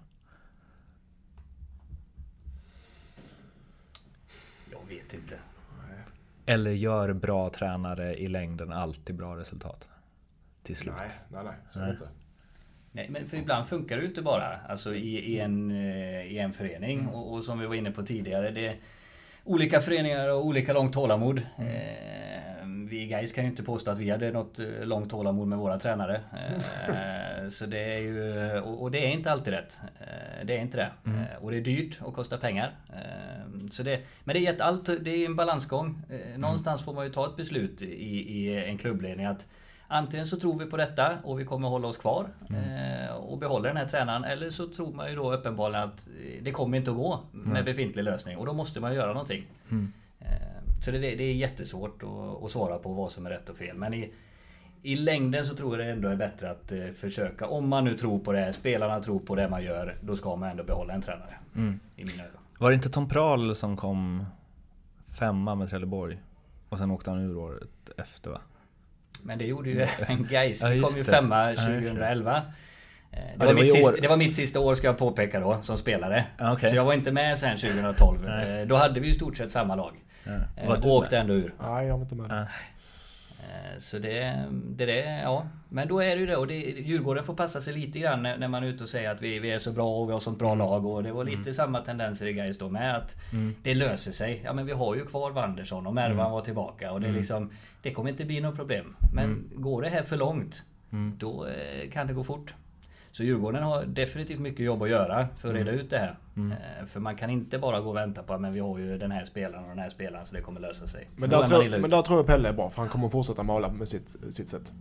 Jag vet inte. Eller gör bra tränare i längden alltid bra resultat till slut? Nej, så är det inte. Nej, men för ibland funkar det ju inte bara, alltså i en förening, och som vi var inne på tidigare, det är olika föreningar och olika långt tålamod. Vi guys kan ju inte påstå att vi hade något långt tålamod med våra tränare. Så det är ju, och det är inte alltid rätt. Det är inte det. Och det är dyrt och kostar pengar. Men det är en balansgång. Någonstans får man ju ta ett beslut i en klubbledning att antingen så tror vi på detta och vi kommer hålla oss kvar och behålla den här tränaren, eller så tror man ju då uppenbarligen att det kommer inte att gå med befintlig lösning, och då måste man göra någonting. Så det är jättesvårt att svara på vad som är rätt och fel, men i längden så tror jag det ändå är bättre att försöka, om man nu tror på det, spelarna tror på det man gör, då ska man ändå behålla en tränare i mina ögon. Var det inte Tom Prahl som kom 5 med Trelleborg och sen åkte han ur året efter, va? Men det gjorde ju en Gais. Vi kom ju 5 2011. Det var mitt sista år, ska jag påpeka då, som spelare. Okay. Så jag var inte med sen 2012. Då hade vi ju stort sett samma lag. Och åkte ändå ur. Nej, jag var inte med. Så ja. Men då är det ju det. Och Djurgården får passa sig lite grann när man är ute och säger att vi är så bra och vi har sånt bra lag. Och det var lite samma tendenser i Gais då med att det löser sig. Ja, men vi har ju kvar Wanderson och Mervan var tillbaka. Och det är liksom, det kommer inte bli något problem. Men går det här för långt, då kan det gå fort. Så Djurgården har definitivt mycket jobb att göra för att reda ut det här. För man kan inte bara gå och vänta på att vi har ju den här spelaren och den här spelaren, så det kommer lösa sig. Men där tror jag Pelle är bra, för han kommer att fortsätta måla med sitt sätt.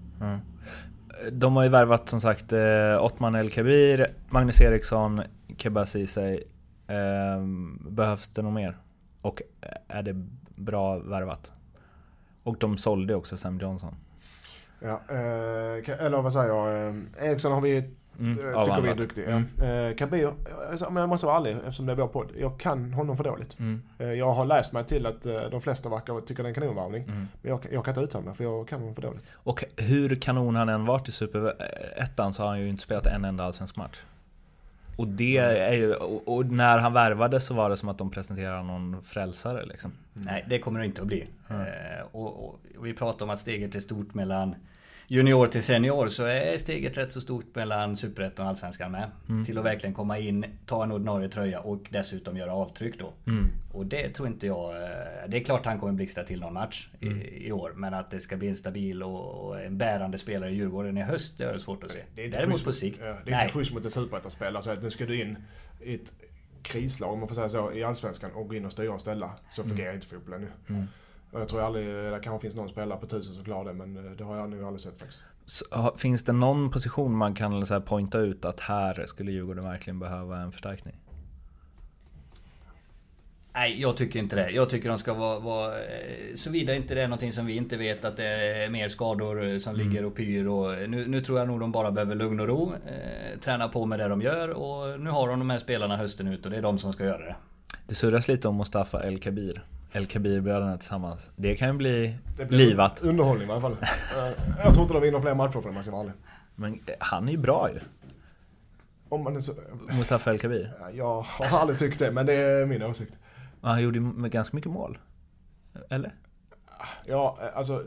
De har ju värvat som sagt Othman El Kabir, Magnus Eriksson, Keba Ceesay. Behövs det något mer? Och är det bra värvat? Och de sålde också Sam Johnson. Ja, eller vad säger jag? Eriksson har vi tycker vi är duktig. Kabir, men jag måste vara ärlig, eftersom det är vår podd. Jag kan honom för dåligt. Jag har läst mig till att de flesta verkar tycka det är en kanonvärvning. Men jag kan inte uttala mig, för jag kan honom för dåligt. Och hur kanon han än varit i Superettan, så har han ju inte spelat en enda allsvensk match. Och det är ju, och när han värvade så var det som att de presenterade någon frälsare liksom. Nej, det kommer det inte att bli. Och vi pratar om att steget är stort mellan junior till senior, så är steget rätt så stort mellan Superettan och Allsvenskan med. Till att verkligen komma in, ta en ordinarie tröja och dessutom göra avtryck då. Och det tror inte jag. Det är klart han kommer blixtra till någon match i år, men att det ska bli en stabil och en bärande spelare i Djurgården i höst, det är svårt att se. Det är inte däremot på sikt. Det är inte schysst mot en superettan-spelare, så att nu ska du in i ett krislag, om man får säga så, i Allsvenskan och gå in och styra och ställa, så fungerar inte fotbollen nu. Och jag tror aldrig, det kanske finns någon spelare på 1000 som klarar det, men det har jag nu aldrig sett faktiskt. Så, finns det någon position man kan så här pointa ut att här skulle Djurgården verkligen behöva en förstärkning? Nej, jag tycker inte det. Jag tycker de ska vara såvida inte det är någonting som vi inte vet, att det är mer skador som ligger och pyr. Och nu tror jag nog de bara behöver lugn och ro. Träna på med det de gör. Och nu har de här spelarna hösten ut och det är de som ska göra det. Det surras lite om Mustafa El Kabir. El Kabir-bröderna tillsammans. Det kan ju bli det blir livat. Underhållning i alla fall. Jag tror inte de vinner fler matcher för det, man. Men han är ju bra ju. Om man är så... Mustafa El Kabir. Jag har aldrig tyckt det, men det är min åsikt. Han gjorde ju ganska mycket mål. Eller? Ja, alltså...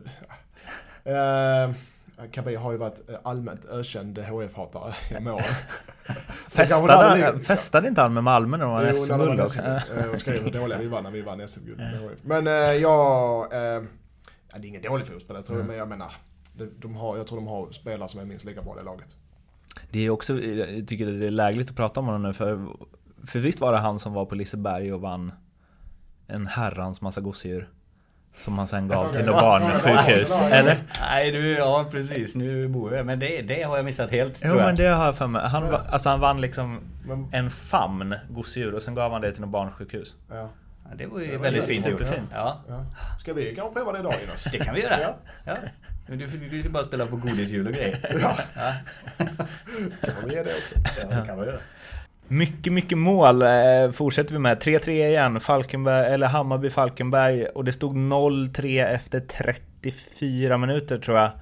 Kabir har ju varit allmänt ökänd HF-hatare genom åren. Festade inte han med Malmö när de var SM-guld också? Jag skrev hur dåliga vi var när vi vann SM-guld med HF. Men det är ingen dålig fotboll, tror jag, men jag menar, jag tror de har spelare som är minst lika bra i laget. Det är också, jag tycker det är lägligt att prata om honom nu, för visst var det han som var på Liseberg och vann en herrans massa gosedjur som han sen gav till något barnsjukhus, eller? Nej, ja precis, nu bor jag. Men det har jag missat helt, tror jag. Men det har jag för mig. Han vann liksom en famn gosedjur och sen gav han det till något barnsjukhus. Ja. Det var ju väldigt fint. Superfint. Ja. Ska vi kanske pröva det idag, Jonas? Det kan vi göra. Ja. Du kan bara spela på godisjul och grejer. Ja. Kan man ge det också? Ja, det kan man göra. Mycket mål fortsätter vi med. 3-3 igen, Hammarby-Falkenberg, och det stod 0-3 efter 34 minuter tror jag.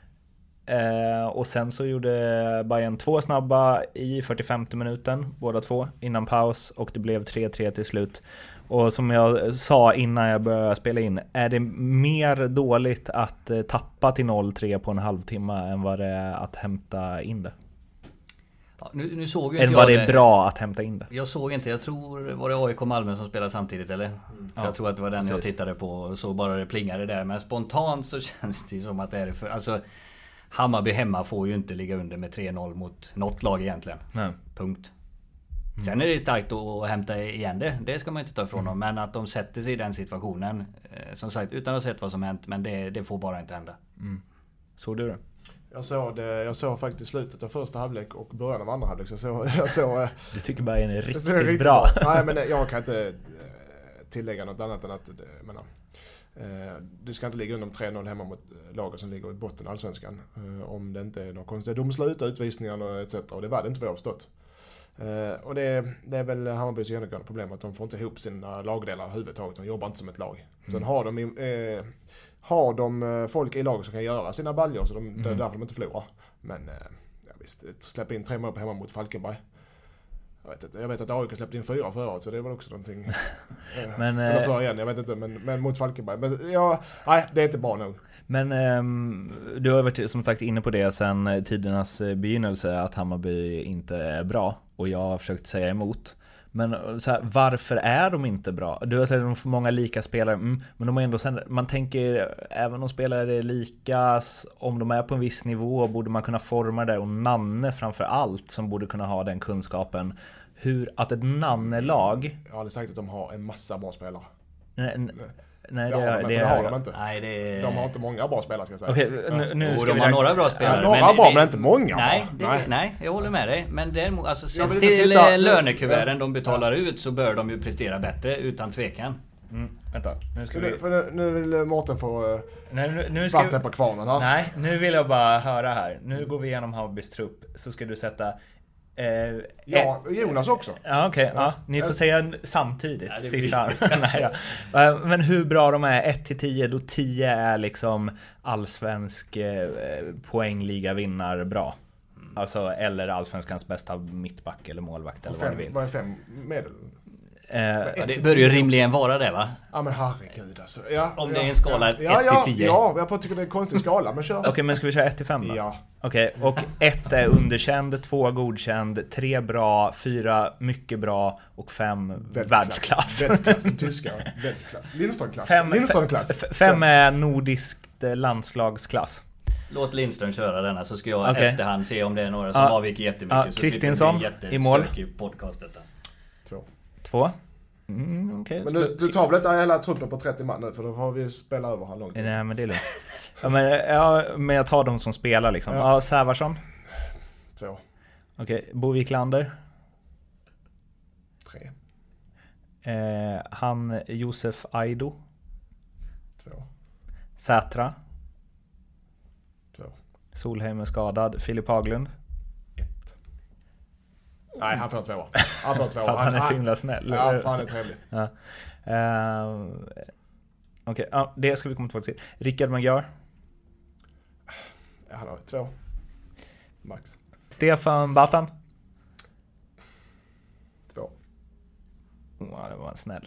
Och sen så gjorde Bayern 2 snabba i 45 minuten, båda två, innan paus, och det blev 3-3 till slut. Och som jag sa innan jag började spela in, är det mer dåligt att tappa till 0-3 på en halvtimme än vad det är att hämta in det? Ja, nu såg ju inte var det bra att hämta in det? Jag såg inte, jag tror var det AIK Malmö som spelade samtidigt, eller? Ja, jag tror att det var den jag tittade på och så bara det plingade där. Men spontant så känns det som att det är för... Alltså, Hammarby hemma får ju inte ligga under med 3-0 mot något lag egentligen. Nej. Punkt. Sen är det starkt att hämta igen det. Det ska man inte ta ifrån dem. Men att de sätter sig i den situationen, som sagt, utan att ha sett vad som hänt. Men det får bara inte hända. Såg du det? Jag såg faktiskt slutet av första halvlek och början av andra halvlek. Jag såg du tycker Bayern är riktigt bra. Nej, men jag kan inte tillägga något annat än att du ska inte ligga under 3-0 hemma mot laget som ligger i botten av allsvenskan. Om det inte är något konstigt domslut, utvisningar etc. Och det var det inte, vad jag har förstått. Och det är väl Hammarbys genomgående problem att de får inte ihop sina lagdelar överhuvudtaget. De jobbar inte som ett lag. Sen har de folk i laget som kan göra sina baljor, så det är därför de inte förlorar. Men visst, släppa in 3 mål på hemma mot Falkenberg. Jag vet att AIK släppte in 4 förra året, så det var också någonting. Eller förra igen, jag vet inte, men mot Falkenberg. Men nej, det är inte bra nog. Men du har varit som sagt inne på det sen tidernas begynnelse, att Hammarby inte är bra, och jag har försökt säga emot. Men så här, varför är de inte bra? Du har sagt att de får många lika spelare, men de har ändå man tänker, även om spelare är lika, om de är på en viss nivå borde man kunna forma det, och Nanne framför allt som borde kunna ha den kunskapen. Hur att ett Nanne-lag... Jag har aldrig sagt att de har en massa bra spelare. Nej, det har de inte. Nej, de har inte många bra spelare, ska jag säga. Okej, nu ska de har några bra spelare. Några bra, men inte många. Nej, jag håller med dig. Men däremot, alltså, sett till lönekuverten de betalar ut, så bör de ju prestera bättre, utan tvekan. Vänta, nu ska nu vill Mårten få vatten på kvarnen här. Nej, nu vill jag bara höra här. Nu går vi igenom Hammarbys trupp, så ska du sätta... Ja, Jonas också. Ja, okej. Ja, ni får säga samtidigt siffran. Nej, ja. Men hur bra de är 1-10, då 10 är liksom allsvensk poängliga vinnar bra. Alltså, eller allsvenskans bästa mittback eller målvakt eller vad du vill. Vad är 5 medel? Det bör ju rimligen vara det, va? Ja, men herregud alltså. Om det är en skala 1-10. Ja, jag tycker det är en konstig skala, men kör. Okej, men ska vi köra 1-5 då? Ja. Okej, och 1 är underkänd, 2 godkänd, 3 bra, 4 mycket bra och 5 världsklass. Världsklass, tyska. Världsklass. Lindströmklass. 5 är nordiskt landslagsklass. Låt Lindström köra denna, så ska jag efterhand se om det är några som avviker jättemycket. Så Kristinsson i mål. Podcast detta. 2. Okay. Men du tar väl inte hela truppen på 30 man nu, för då får vi spela över här långt. Nej, men det är lugnt. Men jag tar dem som spelar liksom. Ja, Sävarsson. 2. Okej, Bo Wiklander. 3. Han Josef Aido. 2. Sätra. 2. Solheim är skadad. Filip Haglund. 1. Nej, han får en 2. Han får en 2. För att han är så himla snäll. Ja, för han är trevlig. Ja. Okej, ja, det ska vi komma tillbaka till. Rickard Magyar. Han har 2. Max. Stefan Batan. 2. Det var snäll.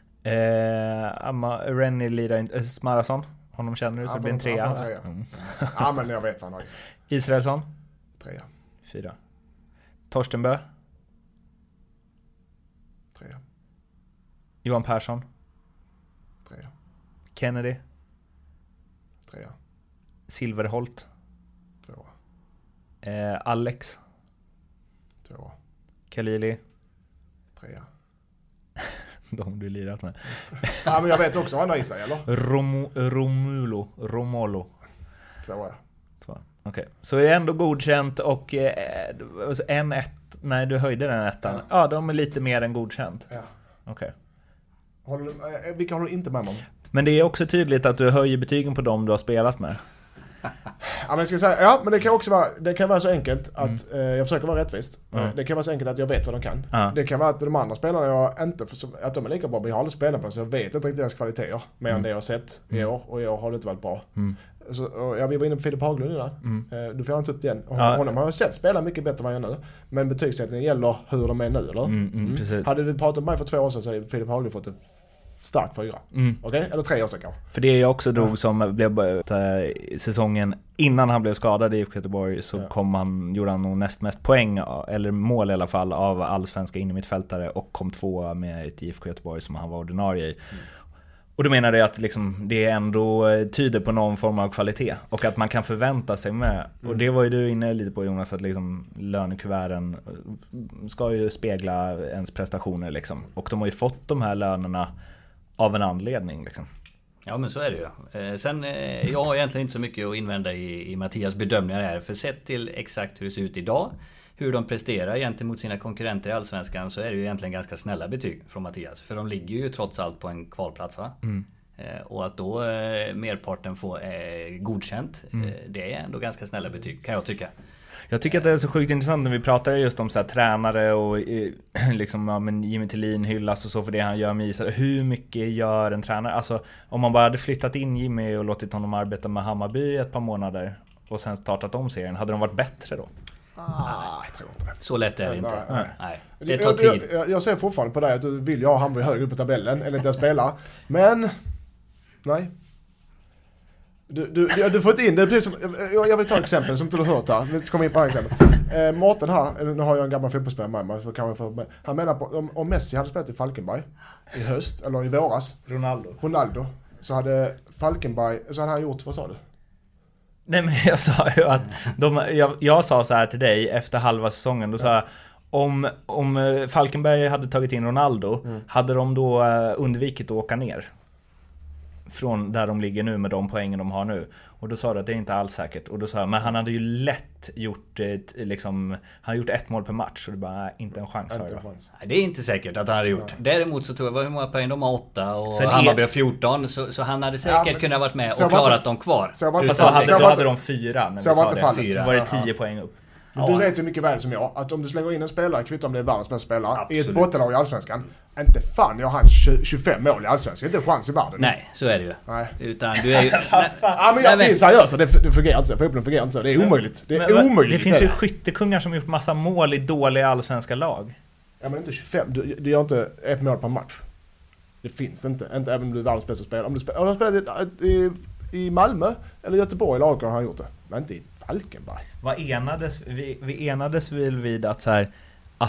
Rennie lirar inte. Smarason. Honom känner du, så det blir en 3. Ja, men jag vet vad han har. Israelsson. 3. 4. Torstenbö. 3. Johan Persson. 3. Kennedy. 3. Silverholt. 2. Alex. 2. Khalili. 3. De du lirat med. Ja, men jag vet också vad han har i sig, eller? Romolo. 2. Okej. Så är ändå godkänt och en 1. Nej, du höjde den 1. Ja, de är lite mer än godkänt. Ja. Okej. Vilka har du inte med om? Men det är också tydligt att du höjer betygen på dem du har spelat med. Ja, men jag ska säga, ja, men det kan också vara, det kan vara så enkelt att jag försöker vara rättvist. Det kan vara så enkelt att jag vet vad de kan. Det kan vara att de andra spelarna jag inte att de är lika bra, men jag har aldrig spelat på dem, så jag vet inte riktigt deras kvaliteter mer än det jag har sett i år, och i år har det inte varit bra. Så, vi var inne på Filip Haglund innan. Du får inte upp igen. Honom har jag sett spela mycket bättre än vad jag gör nu. Men betygssättningen gäller hur de är nu, eller? Precis. Hade vi pratat med mig för 2 år sedan så hade Filip Haglund fått en stark 4. Okej? Eller 3 år sedan kanske. För det jag också drog som blev säsongen innan han blev skadad i IFK Göteborg, så gjorde han nog näst mest poäng, eller mål i alla fall, av allsvenska innermittfältare, och kom 2 med ett IFK Göteborg som han var ordinarie i. Och då menar jag att liksom, det ändå tyder på någon form av kvalitet och att man kan förvänta sig med. Och det var ju du inne lite på, Jonas, att liksom lönekuverten ska ju spegla ens prestationer liksom. Och de har ju fått de här lönerna av en anledning liksom. Ja, men så är det ju. Sen, jag har egentligen inte så mycket att invända i Mattias bedömningar här. För sett till exakt hur det ser ut idag, hur de presterar gentemot sina konkurrenter i Allsvenskan, så är det ju egentligen ganska snälla betyg från Mattias. För de ligger ju trots allt på en kvalplats, va? Och att då merparten får godkänt, det är ändå ganska snälla betyg, kan jag tycka. Jag tycker att det är så sjukt intressant när vi pratar just om så här, tränare och liksom, ja, men Jimmy Tillin hyllas och så för det han gör med Israel. Hur mycket gör en tränare? Alltså, om man bara hade flyttat in Jimmy och låtit honom arbeta med Hammarby ett par månader och sen startat om serien, hade de varit bättre då? Jag tror inte det. Så lätt är det inte. Nej. Det tar tid. Jag ser fortfarande på dig att du vill ha Hammarby högre upp på tabellen eller inte spela. Men nej. Du får inte in det. Precis som, jag vill ta ett exempel som inte du har hört här. Vi kommer in på ett exempel. Mårten här, nu har jag en gammal fotbollsspelare med mig. Han menar på om Messi hade spelat i Falkenberg i höst eller i våras. Ronaldo. Så hade Falkenberg, så hade han gjort, vad sa du? Nej, men jag sa ju att jag sa så här till dig efter halva säsongen, då sa jag, om Falkenberg hade tagit in Ronaldo, hade de då undvikit att åka ner från där de ligger nu med de poängen de har nu? Och då sa du att det är inte alls säkert. Och då sa jag, men han hade ju lätt gjort liksom, han har gjort 1 mål per match, och det bara inte en chans. Det är inte säkert att han hade gjort. Däremot så tror jag, hur många poäng de har 8 och Hammarby har 14 så han hade säkert kunnat varit med och klarat dem kvar. Då hade de 4, men så var det 10 poäng upp. Men du vet ju mycket väl som jag att om du slänger in en spelare, kvittar om det är världens bästa spelare, i ett bottenlag i Allsvenskan, inte fan jag har 25 mål i Allsvenskan, inte en chans i världen. Nej, så är det ju. Nej. Utan du är ju... men jag är seriös, det fungerar inte så. Fotbollen fungerar inte så. Det är omöjligt. Det finns ju skyttekungar som gjort massa mål i dåliga allsvenska lag. Ja, men inte 25. Du gör inte 1 mål per match. Det finns inte även om du är världens bästa spelare. Om du spelar i Malmö eller Göteborg lagar har han gjort det. Men inte i Falkenberg. Vi enades väl vid att så här,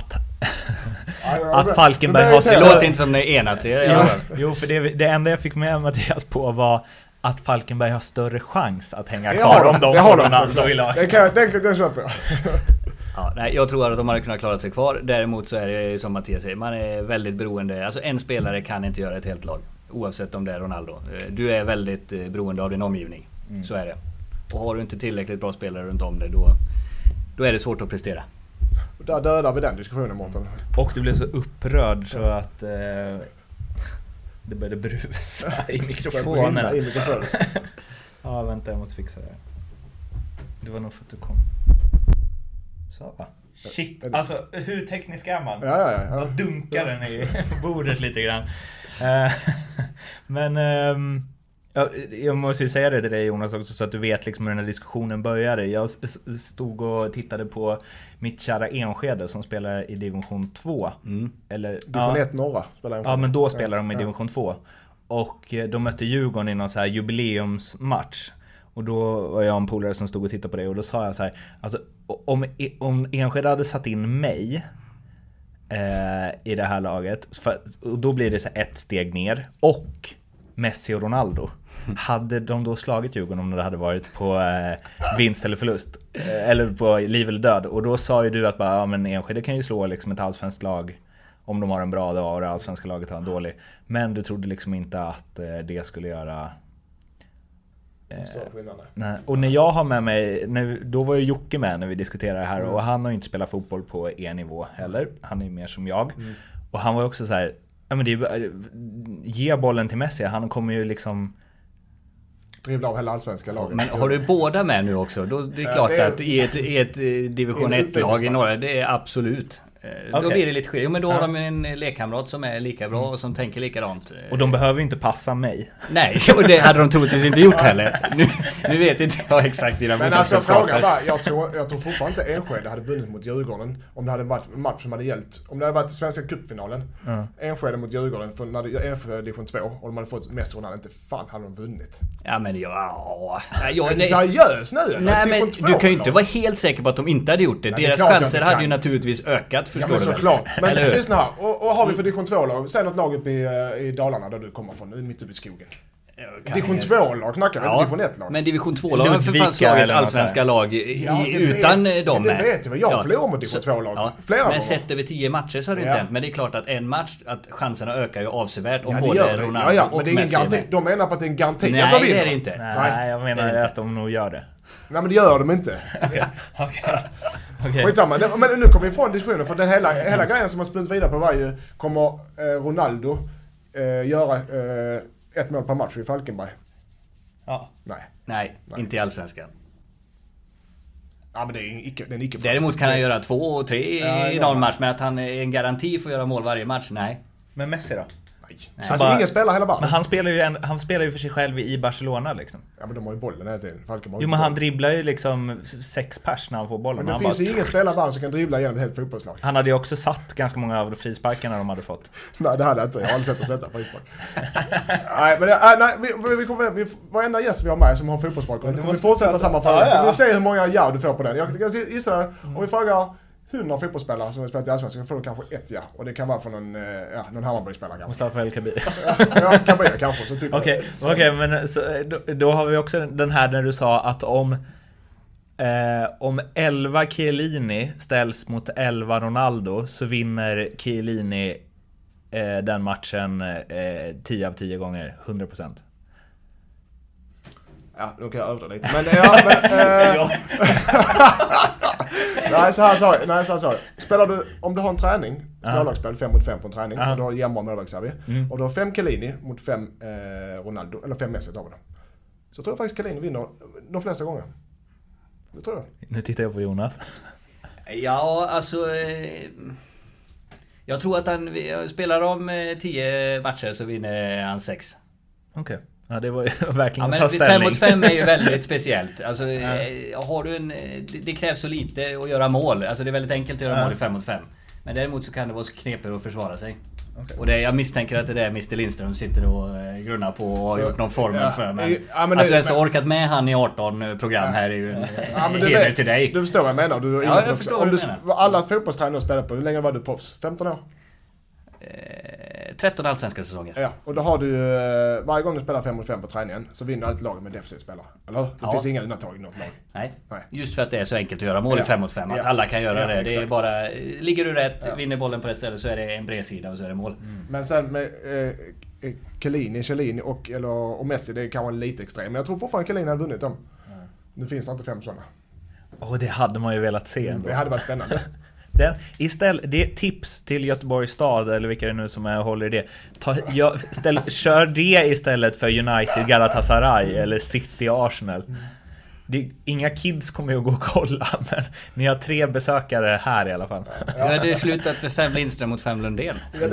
att Falkenberg har... Det låter inte som det är enat. Jo, för det enda jag fick med Mattias på var att Falkenberg har större chans att hänga kvar om de har Ronaldo i lag. Det kan jag köpa. Ja, nej, jag tror att de hade kunnat klara sig kvar. Däremot så är det som Mattias säger, man är väldigt beroende. Alltså en spelare kan inte göra ett helt lag, oavsett om det är Ronaldo. Du är väldigt beroende av din omgivning. Så är det. Och har du inte tillräckligt bra spelare runt om dig, då är det svårt att prestera. Och där dödar vi den diskussionen, Mårten. Och du blev så upprörd så att det började brusa i mikrofonen. Ja, vänta, jag måste fixa det. Det var nog för att du kom. Så, va? Shit, alltså hur teknisk är man? Ja. Då dunkar den i bordet lite grann. Men jag måste ju säga det till dig, Jonas, också, så att du vet liksom hur den här diskussionen började. Jag stod och tittade på mitt kära Enskede som spelar i division 2. Eller, division 1 norra spelar Enskede. Ja, men då spelar de i division 2. Och de mötte Djurgården i någon så här jubileumsmatch. Och då var jag en polare som stod och tittade på det. Och då sa jag så här, alltså, om Enskede hade satt in mig i det här laget, och då blir det så ett steg ner, och Messi och Ronaldo, hade de då slagit Djurgården om det hade varit på vinst eller förlust, eller på liv eller död? Och då sa ju du att bara, ja, men Enskede kan ju slå liksom ett allsvenskt lag om de har en bra dag och det allsvenska laget har en dålig. Men du trodde liksom inte att det skulle göra... Nej. Och när jag har med mig, då var ju Jocke med när vi diskuterade det här, och han har ju inte spelat fotboll på E-nivå heller. Han är mer som jag. Och han var också så här, ja, men ge bollen till Messi, han kommer ju liksom drivla av hela allsvenska laget. Men har du båda med nu också? Då det är klart att i ett division 1-lag i norra, det är absolut. Okay. Då blir det lite skillnad. Men då har de en lekkamrat som är lika bra och som tänker likadant. Och de behöver inte passa mig. Nej, och det hade de troligtvis inte gjort heller. Nu vet inte jag exakt dina. Men alltså frågan var, jag tror fortfarande inte Enskede hade vunnit mot Djurgården om det hade varit en match som hade gällt. Om det hade varit svenska cupfinalen, Enskede mot Djurgården, för när Enskede division 2 och de hade fått Messi och inte fan hade de vunnit. Ja, men är du seriös nu? Nej, men du kan ju inte vara helt säker på att de inte hade gjort det. Nej, deras chanser hade ju naturligtvis ökat. Ja, men såklart. Men lyssna här. Och har vi för division 2-lag? Säg något lag uppe i Dalarna där du kommer från, mitt uppe i skogen. Division 2-lag snackar vi, inte division 1-lag. Men division 2-lag har för fan slagit allsvenska lag utan dem. Det vet jag. Jag förlorar mot division 2-lag. Flera gånger. Men sett över 10 matcher så har det inte hänt. Men det är klart att en match, att chanserna ökar ju avsevärlt om både Ronaldo och men det är ingen garanti. De menar på att det är en garanti. Nej, det är det inte. Nej, jag menar att de nog gör det. Nej, men det gör de inte. Okej. Skitsamma. Men nu kommer vi ifrån diskussionen, för den hela grejen som man spunt vidare på var ju, kommer Ronaldo göra ett mål per match i Falkenberg? Ja. Nej, inte i allsvenskan. Ja, men det är en icke. Däremot kan han göra 2 och 3 i någon match, men att han är en garanti för att göra mål varje match, nej. Men Messi då? Så alltså ingen spelar hela bara. Men han spelar ju för sig själv i Barcelona liksom. Ja, men de har ju bollen hela tiden. Jo, men han dribblar ju liksom 6 pers när han får bollen. Men det finns ju ingen spelare som kan dribbla igenom ett helt fotbollslag. Han hade ju också satt ganska många av de frisparkarna de hade fått. Nej, det hade jag inte. Jag har aldrig sett att sätta frispark. Nej, men varenda gäst vi har med som har fotbollsbakgrund. Vi kommer fortsätta samma fråga. Så vi ser hur många ja du får på den. Jag gissar, om vi frågar 100 fotbollsspelare som har spelat i allsvenskan, får du kanske 1 ja. Och det kan vara från någon Hammarby-spelare kanske. Mustafa El Kabir. Ja, Kabir kanske. Okej, men så, då har vi också den här när du sa att om 11 Chiellini ställs mot 11 Ronaldo så vinner Chiellini den matchen 10 av 10 gånger, 100%. Ja, nu kan jag övra lite. Men Nej, så här sa jag. Spelar du, om du har en träning, smålagsspel 5 mot 5 på en träning, och du har jämnbra målvaktsservi, och du har 5 Chiellini mot 5 Ronaldo, eller 5 Messi av dem. Så tror jag faktiskt Chiellini vinner de flesta gånger. Det tror jag. Nu tittar jag på Jonas. Ja, alltså... jag tror att han spelar om 10 matcher så vinner han 6. Okej. Ja, det var ju verkligen att ta ställning. 5 mot 5 är ju väldigt speciellt. Alltså, har du det krävs så lite att göra mål. Alltså det är väldigt enkelt att göra mål i 5 mot 5. Men däremot så kan det vara knepigare att försvara sig. Okay. Och jag misstänker att det är Mr. Lindström sitter och grunnar på och har gjort någon formel för. Men att du ens har orkat med han i 18 program här är ju en heder till dig. Du förstår vad jag menar. Jag förstår vad du menar. Alla fotbollstränare spelar på, hur länge var du proffs? 15 år? 13 allsvenska säsonger. Ja, och då har du varje gång du spelar 5 mot 5 på träningen så vinner alltid laget med defensiv spelare. Eller? Det finns inga undantag i något lag. Nej. Just för att det är så enkelt att göra mål i 5 mot 5. Att alla kan göra det. Det är bara, ligger du rätt, vinner bollen på rätt ställe så är det en bredsida och så är det mål. Men sen med Chiellini och Messi, det är kanske lite extrem. Men jag tror fortfarande Chiellini hade vunnit dem. Nu finns det inte 5 sådana. Det hade man ju velat se ändå. Det hade varit spännande. Det är tips till Göteborgs stad eller vilka det nu som håller i det. Kör det istället för United, Galatasaray eller City, Arsenal. Inga kids kommer ju att gå och kolla, men ni har 3 besökare här i alla fall. Ja, det är slutat med 5 Lindström mot 5 Lundén. 0-0.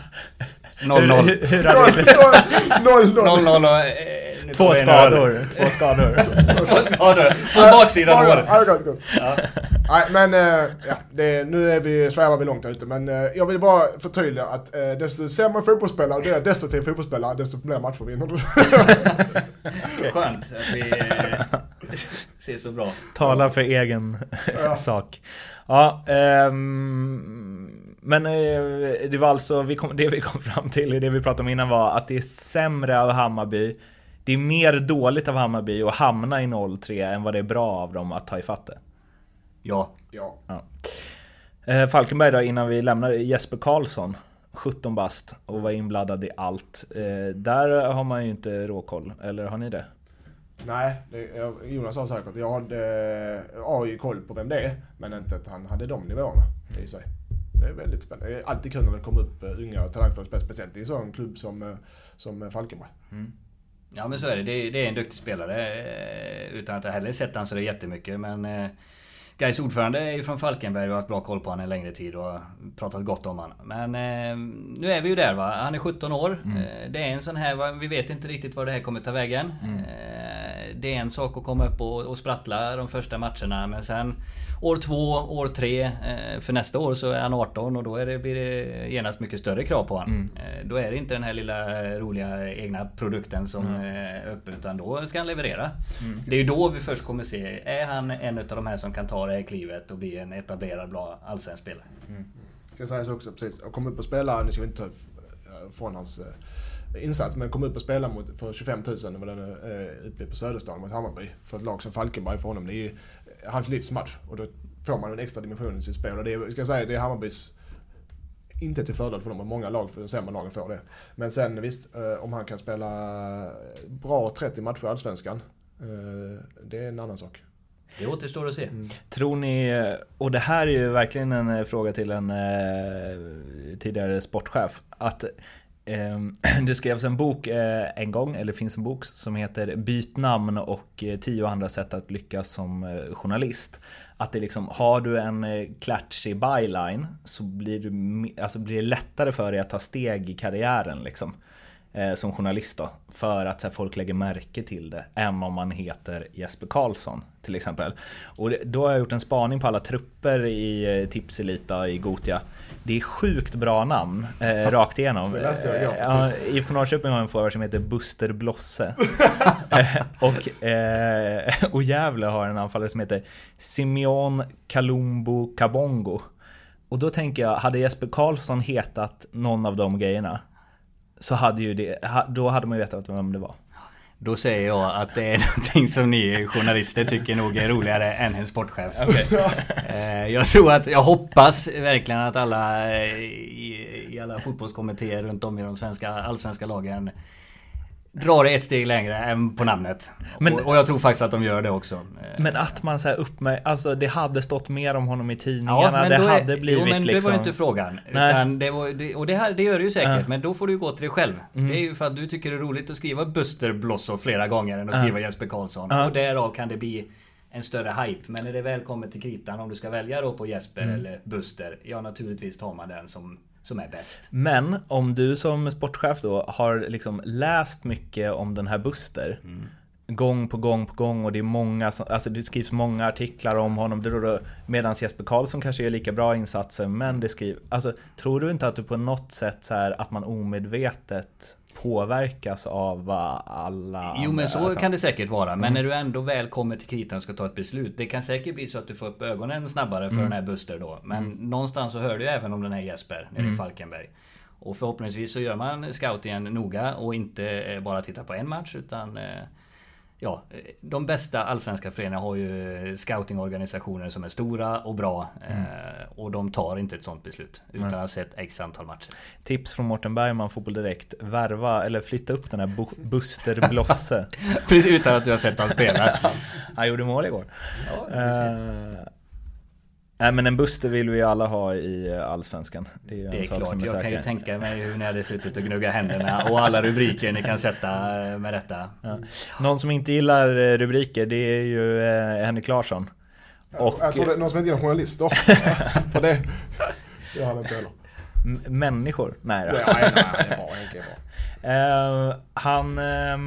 0-0. 2 skador. 2 skador. 2 skador. På baksidan av året. Nej, men nu svävar vi långt ute. Men jag vill bara förtydliga att desto sämre fotbollsspelare det är, desto fotbollsspelare, desto fler matcher vinner du. Skönt att vi ser så bra. Tala för egen sak. Ja, men det var alltså det vi kom fram till i det vi pratade om innan var att det är sämre av Hammarby. Det är mer dåligt av Hammarby att hamna i 0-3 än vad det är bra av dem att ta ifatt det. Ja. Falkenberg då, innan vi lämnar, Jesper Karlsson 17 bast och var inblandad i allt. Där har man ju inte råkoll, eller har ni det? Nej, Jonas sa säkert. Jag har ju koll på vem det är, men inte att han hade de nivåerna i sig. Det är väldigt spännande. Det är alltid kul när det kommer upp unga talangfulla, speciellt i en sån klubb som Falkenberg. Ja, men så är det. Det är en duktig spelare, utan att jag heller sett han så det jättemycket, men Gais ordförande är ju från Falkenberg och har haft bra koll på han en längre tid och pratat gott om han. Men nu är vi ju där, va. Han är 17 år. Det är en sån här, vi vet inte riktigt vad det här kommer ta vägen. Det är en sak att komma upp och sprattla de första matcherna, men sen år 2, år 3, för nästa år så är han 18 och då blir det genast mycket större krav på han. Då är det inte den här lilla roliga egna produkten som är uppe, utan då ska han leverera. Det är ju då vi först kommer se, är han en av de här som kan ta det här klivet och bli en etablerad bra allsvensk spelare. Ska jag säga så också, precis. Jag kom upp och spela, nu ska vi inte ta från hans insats, men kom upp och spela för 25 000 när den uppe på Söderstaden mot Hammarby för ett lag som Falkenberg. För honom, det är ju hans livsmatch och då får man en extra dimension i sitt spel, och det är Hammarbys inte till fördel för dem, och många lag för sämre lagen får det. Men sen visst, om han kan spela bra 30 matcher i Allsvenskan, det är en annan sak. Det återstår att se. Tror ni, och det här är ju verkligen en fråga till en tidigare sportchef, att det skrevs en bok en gång, eller finns en bok som heter Byt namn och 10 andra sätt att lyckas som journalist. Att det liksom, har du en klatschig byline så blir det lättare för dig att ta steg i karriären liksom, som journalist då, för att så här, folk lägger märke till det, än om man heter Jesper Karlsson till exempel. Och då har jag gjort en spaning på alla trupper i Tipselita i Gotia. Det är sjukt bra namn rakt igenom. IFK Norrköping har en forward som heter Buster Blosse. och Gävle har en anfallare som heter Simeon Kalumbo Kabongo. Och då tänker jag, hade Jesper Karlsson hetat någon av de grejerna, så då hade man ju vetat vem det var. Då säger jag att det är någonting som ni journalister tycker nog är roligare än en sportchef. Jag hoppas verkligen att alla i alla fotbollskommittéer runt om i de allsvenska lagen drar det ett steg längre än på namnet. Och jag tror faktiskt att de gör det också. Men att man så här alltså det hade stått mer om honom i tidningarna, det hade blivit men det liksom... var ju inte frågan. Utan det gör det ju säkert, men då får du gå till dig själv. Det är ju för att du tycker det är roligt att skriva Buster Blosso flera gånger än att skriva Jesper Karlsson. Och därav kan det bli en större hype. Men när det väl kommer till kritan, om du ska välja då på Jesper eller Buster, ja, naturligtvis tar man den som är bäst. Men om du som sportchef då har liksom läst mycket om den här Buster gång på gång, och det är många det skrivs många artiklar om honom, medan Jesper Karlsson kanske gör lika bra insatser, men det tror du inte att du på något sätt så här, att man omedvetet påverkas av alla... Jo, men så kan det säkert vara. Men när du ändå väl kommer till kritan och ska ta ett beslut, det kan säkert bli så att du får upp ögonen snabbare för den här Buster då. Men någonstans så hör du även om den här Jesper nere i Falkenberg. Och förhoppningsvis så gör man scoutingen noga och inte bara tittar på en match, utan... Ja, de bästa allsvenska föreningarna har ju scoutingorganisationer som är stora och bra, och de tar inte ett sånt beslut utan att ha sett x antal matcher. Tips från Mårten Bergman, Fotboll Direkt: värva eller flytta upp den här Buster Blosse. Precis, utan att du har sett han spela. Han gjorde mål igår. Nej, men en Buster vill vi ju alla ha i Allsvenskan. Det är klart, jag kan ju tänka mig hur ni hade suttit och gnugga händerna och alla rubriker ni kan sätta med detta. Ja. Någon som inte gillar rubriker, det är ju Henrik Larsson. Och jag tror det är någon som inte gillar journalister. För det har han inte heller. Människor? Nej, det är bra. Han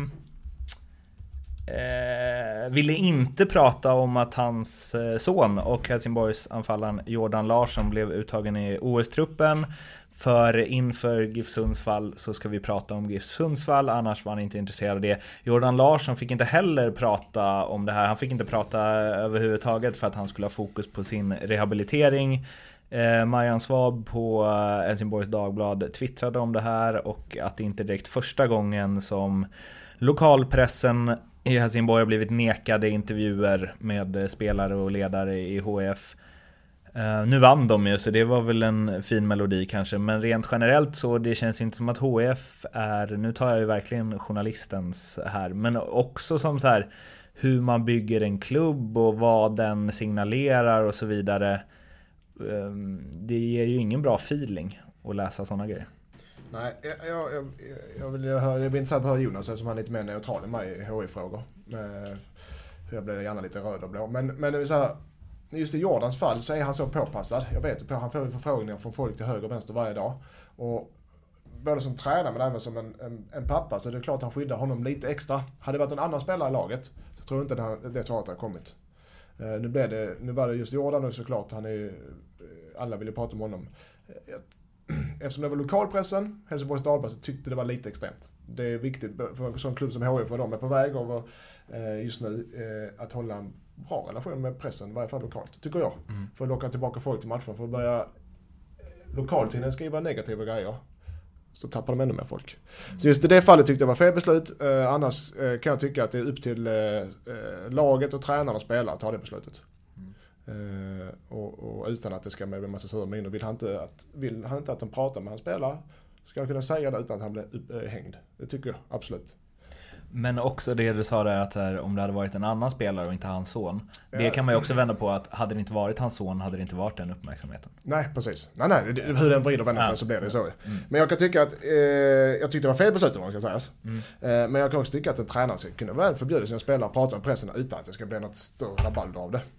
ville inte prata om att hans son och Helsingborgs anfallaren Jordan Larsson blev uttagen i OS-truppen. För inför GIF Sundsvall så ska vi prata om GIF Sundsvall, annars var han inte intresserad av det. Jordan Larsson fick inte heller prata om det här. Han fick inte prata överhuvudtaget för att han skulle ha fokus på sin rehabilitering. Marian Svab på Helsingborgs Dagblad twittrade om det här, och att det inte direkt första gången som lokalpressen i Helsingborg har blivit nekade intervjuer med spelare och ledare i HF. Nu vann de ju, så det var väl en fin melodi kanske, men rent generellt så det känns inte som att HF är, nu tar jag ju verkligen journalistens här, men också som så här hur man bygger en klubb och vad den signalerar och så vidare. Det ger ju ingen bra feeling att läsa sådana grejer. Nej, jag vill höra, det blir intressant att höra Jonas som han är lite mer neutral än mig i HI-frågor. Jag blir gärna lite röd och blå. Men det är så här, just i Jordans fall så är han så påpassad. Jag vet att han får förfrågningar från folk till höger och vänster varje dag. Och både som tränare men även som en pappa, så det är klart att han skyddar honom lite extra. Hade det varit en annan spelare i laget så tror jag inte det svaret har kommit. Nu var det just Jordan och såklart alla ville prata om honom. Eftersom det var lokalpressen, Helsingborgs Dagblad, så tyckte det var lite extremt. Det är viktigt för en sån klubb som HIF, för de är på väg över just nu att hålla en bra relation med pressen, i varje fall lokalt, tycker jag. För att locka tillbaka folk till matchen, för att börja lokaltidningen skriva negativa grejer, så tappar de ännu mer folk. Så just i det fallet tyckte jag var fel beslut. Annars kan jag tycka att det är upp till laget och tränarna och spelare att ta det beslutet. Och utan att det ska med en massa sura miner. Vill han inte att de pratar med hans spelare, ska han kunna säga det utan att han blir hängd. Det tycker jag, absolut. Men också det du sa där, att här, om det hade varit en annan spelare och inte hans son, det kan man ju också vända på, att hade det inte varit hans son hade det inte varit den uppmärksamheten. Nej, precis. Nej, hur den vrider och vänder på så blir det så. Men jag kan tycka att jag tyckte det var fel beslut om man ska sägas. Men jag kan också tycka att en tränare ska kunna väl förbjuda sina spelare att prata med pressen utan att det ska bli något större rabalder av det.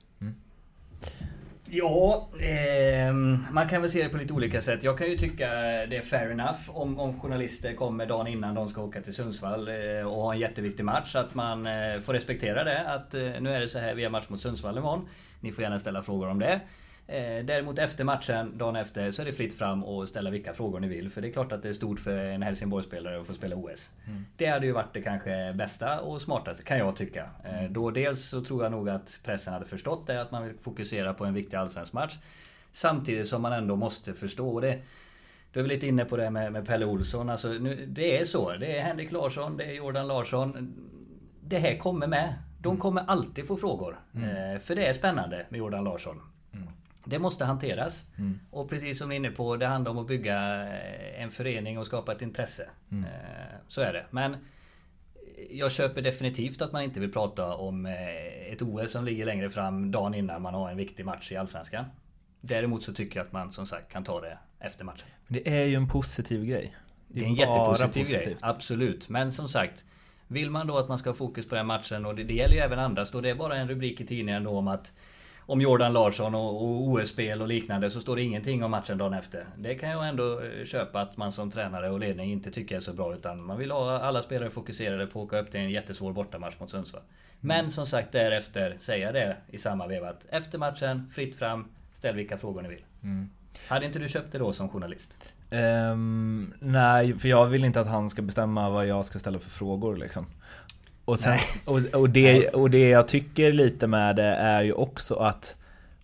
Ja, man kan väl se det på lite olika sätt. Jag kan ju tycka det är fair enough om journalister kommer dagen innan de ska åka till Sundsvall och ha en jätteviktig match, att man får respektera det. Att nu är det så här, vi har match mot Sundsvall imorgon. Ni får gärna ställa frågor om det. Däremot efter matchen, dagen efter, så är det fritt fram och ställa vilka frågor ni vill. För det är klart att det är stort för en Helsingborgsspelare att få spela OS. Det hade ju varit det kanske bästa och smartaste, kan jag tycka. Då dels så tror jag nog att pressen hade förstått det, att man vill fokusera på en viktig allsvensk match. Samtidigt som man ändå måste förstå det. Du är väl lite inne på det med Pelle Olsson. Alltså, nu, det är så. Det är Henrik Larsson, det är Jordan Larsson. Det här kommer med. De kommer alltid få frågor. För det är spännande med Jordan Larsson. Det måste hanteras. Och precis som ni är inne på, det handlar om att bygga en förening och skapa ett intresse. Så är det. Men jag köper definitivt att man inte vill prata om ett OS som ligger längre fram dagen innan man har en viktig match i Allsvenskan. Däremot så tycker jag att man som sagt kan ta det efter matchen. Det är ju en positiv grej. Det är en jättepositiv grej, absolut. Men som sagt, vill man då att man ska ha fokus på den matchen, och det gäller ju även andra, står det är bara en rubrik i tidningen då om Jordan Larsson och OS-spel och liknande, så står det ingenting om matchen dagen efter. Det kan jag ändå köpa att man som tränare och ledning inte tycker är så bra, utan man vill ha alla spelare fokuserade på att åka upp till en jättesvår bortamatch mot Sundsvall. Men som sagt, därefter säga det i samma veva att efter matchen, fritt fram, ställ vilka frågor ni vill. Hade inte du köpt det då som journalist? Nej, för jag vill inte att han ska bestämma vad jag ska ställa för frågor liksom. Och, sen, och det jag tycker lite med det är ju också att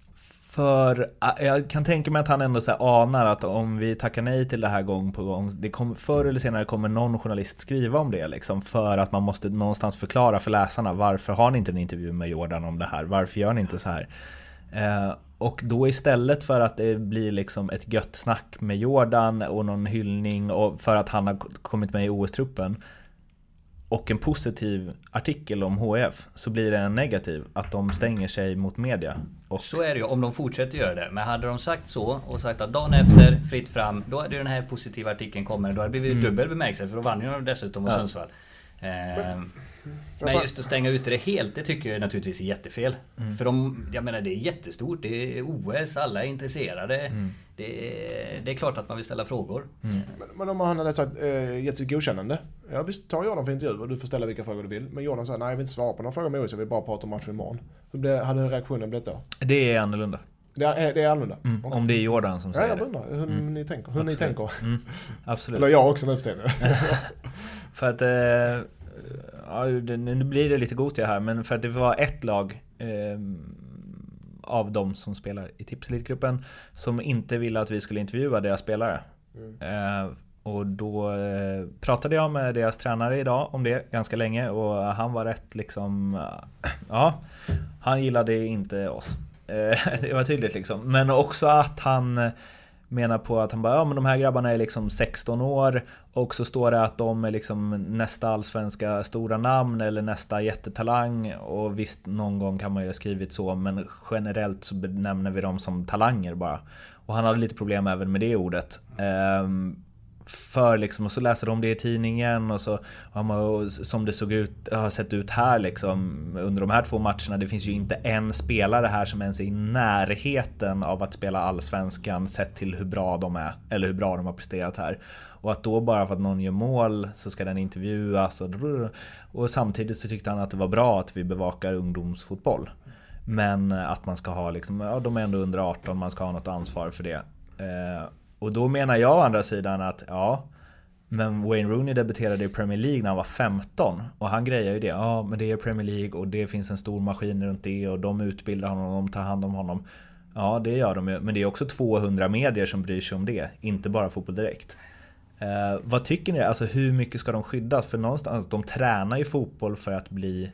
jag kan tänka mig att han ändå så här anar att om vi tackar nej till det här gång på gång, förr eller senare kommer någon journalist skriva om det liksom, för att man måste någonstans förklara för läsarna, varför har ni inte en intervju med Jordan om det här, varför gör ni inte så här? Och då istället för att det blir liksom ett gött snack med Jordan och någon hyllning och för att han har kommit med i OS-truppen, och en positiv artikel om HIF, så blir det en negativ, att de stänger sig mot media. Och så är det ju om de fortsätter göra det. Men hade de sagt så och sagt att dagen efter fritt fram, då hade den här positiva artikeln kommit. Då hade det blivit dubbel bemärkelse, för då vann ju de dessutom mot Sundsvall. Men just att stänga ut det helt, det tycker jag naturligtvis är jättefel. För jag menar, det är jättestort, det är OS, alla är intresserade. Det är klart att man vill ställa frågor. Men om han hade sagt, gett sitt godkännande, ja visst, tar Jordan för intervju och du får ställa vilka frågor du vill. Men Jordan säger, nej jag vill inte svara på några frågor med OS, jag vill bara prata om matchen imorgon. Hade reaktionen blivit då? det är annorlunda. Det är annorlunda? Okay. Om det är Jordan som säger det. Ja, jag undrar hur ni tänker. Absolut. Eller jag också nu för tiden. För att nu blir det lite gotiga här, men för att det var ett lag av de som spelar i Tipselitgruppen som inte ville att vi skulle intervjua deras spelare. Och då pratade jag med deras tränare idag om det ganska länge, och han var rätt liksom, han gillade inte oss. Det var tydligt liksom. Men också att han menar på att han bara, men de här grabbarna är liksom 16 år, och så står det att de är liksom nästa allsvenska stora namn eller nästa jättetalang, och visst, någon gång kan man ju ha skrivit så, men generellt så benämner vi dem som talanger bara. Och han hade lite problem även med det ordet. För liksom, och så läser de det i tidningen, och så som det har sett ut här liksom under de här 2 matcherna, det finns ju inte en spelare här som ens är i närheten av att spela allsvenskan sett till hur bra de är, eller hur bra de har presterat här. Och att då bara för att någon gör mål så ska den intervjuas, och samtidigt så tyckte han att det var bra att vi bevakar ungdomsfotboll, men att man ska ha liksom, de är ändå under 18, man ska ha något ansvar för det. Och då menar jag å andra sidan att men Wayne Rooney debuterade i Premier League när han var 15, och han grejer ju det. Men det är Premier League och det finns en stor maskin runt det, och de utbildar honom, de tar hand om honom. Ja, det gör de ju, men det är också 200 medier som bryr sig om det, inte bara Fotboll Direkt. Vad tycker ni? Alltså hur mycket ska de skyddas? För någonstans, de tränar ju fotboll för att bli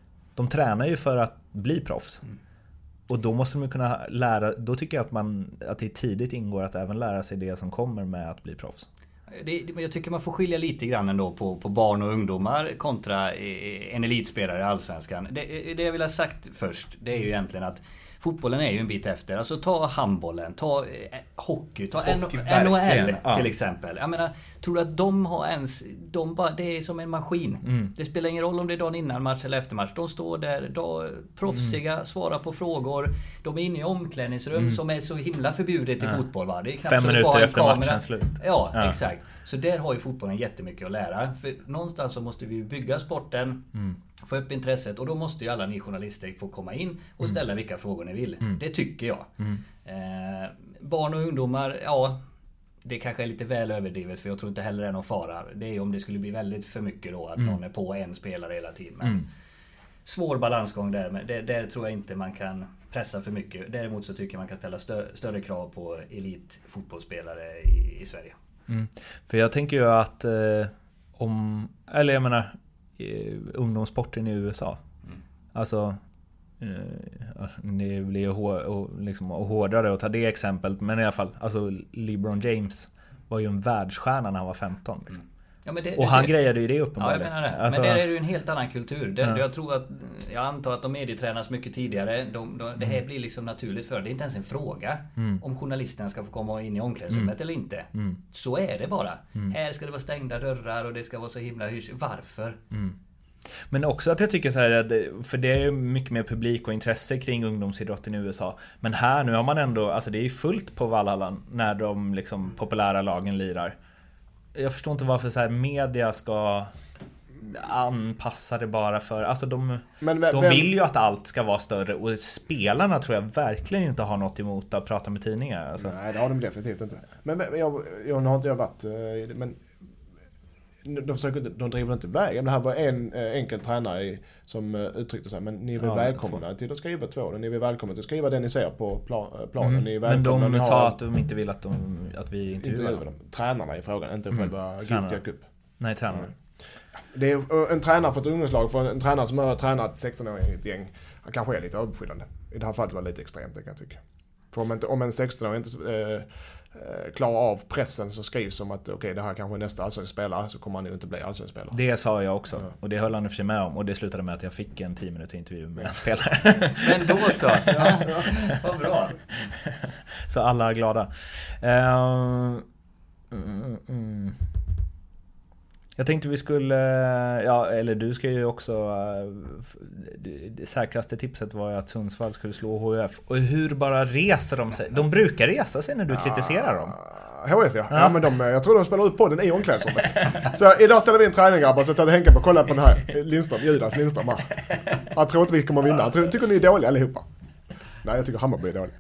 proffs. Och då måste man kunna lära, då tycker jag att det tidigt ingår att även lära sig det som kommer med att bli proffs. Jag tycker man får skilja lite grann ändå på barn och ungdomar kontra en elitspelare i Allsvenskan. Det jag vill ha sagt först, det är ju egentligen att fotbollen är ju en bit efter. Alltså ta handbollen, ta hockey, ta NHL till exempel. Jag menar, tror du att de har ens... det är som en maskin. Det spelar ingen roll om det är dagen innan match eller efter match. De står där, proffsiga, svarar på frågor. De är inne i omklädningsrum som är så himla förbjudet i fotboll. Va? Det är knappt 5 minuter efter matchen slut. Ja, exakt. Så där har ju fotbollen jättemycket att lära. För någonstans så måste vi bygga sporten, få upp intresset, och då måste ju alla ni journalister få komma in och ställa vilka frågor ni vill. Det tycker jag. Barn och ungdomar, det kanske är lite väl överdrivet, för jag tror inte heller det är någon fara. Det är om det skulle bli väldigt för mycket då, att någon är på en spelare hela tiden. Men svår balansgång där, men där tror jag inte man kan pressa för mycket. Däremot så tycker jag man kan ställa större krav på elitfotbollsspelare i Sverige. För jag tänker ju att ungdomssporten i USA, alltså det blir liksom hårdare att ta det exemplet, men i alla fall, alltså LeBron James var ju en världsstjärna när han var 15 liksom. Ja, men och han grejade ju det uppenbarligen. Ja, jag menar det. Alltså, men där är det ju en helt annan kultur. Jag antar att de medietränas mycket tidigare. Det här blir liksom naturligt för. Det är inte ens en fråga om journalisterna ska få komma in i omklädningsrummet eller inte. Så är det bara. Här ska det vara stängda dörrar och det ska vara så himla hysch. Varför? Men också att jag tycker så här, för det är mycket mer publik och intresse kring ungdomsidrotten i USA. Men här nu har man ändå, alltså det är ju fullt på Valhalla när de liksom populära lagen lirar. Jag förstår inte varför så här media ska anpassa det bara för, alltså de vill ju att allt ska vara större, och spelarna tror jag verkligen inte har något emot att prata med tidningar. Alltså. Nej, det har de definitivt inte. Men jag har inte varit, men de driver inte vägen. Det här var en enkel tränare som uttryckte sig, men ni är väl välkomna till att skriva 2. Ni är välkomna till att skriva det ni ser på planen. Ni är men de sa att de inte vill att vi intervjuar dem. Tränarna i frågan, inte själva Gothia Cup. Nej, tränarna. Det är en tränare för ett ungdomslag, för en tränare som har tränat 16-åringar i ett gäng, han kanske är lite överskyddande. I det här fallet var det lite extremt, det kan jag tycka. För om en 16-åring inte klara av pressen som skrivs om att okej, det här kanske är nästa allsvensk spelare, så kommer han ju inte bli allsvensk spelare. Det sa jag också, och det höll han i och för sig med om, och det slutade med att jag fick en 10 minuter intervju med en spelare. Men då så, vad bra. Så alla är glada. Jag tänkte vi skulle, eller du ska ju också, det säkraste tipset var ju att Sundsvall skulle slå HF. Och hur bara reser de sig? De brukar resa sig när du kritiserar dem. HF ja, men jag tror de spelar ut podden i omklädningsrummet. Så idag ställer vi in träning, grabbar, så att Henke på kolla på den här Judas Lindström här. Jag tror inte vi kommer vinna. Jag tycker ni är dåliga allihopa. Nej, jag tycker Hammarby är dålig.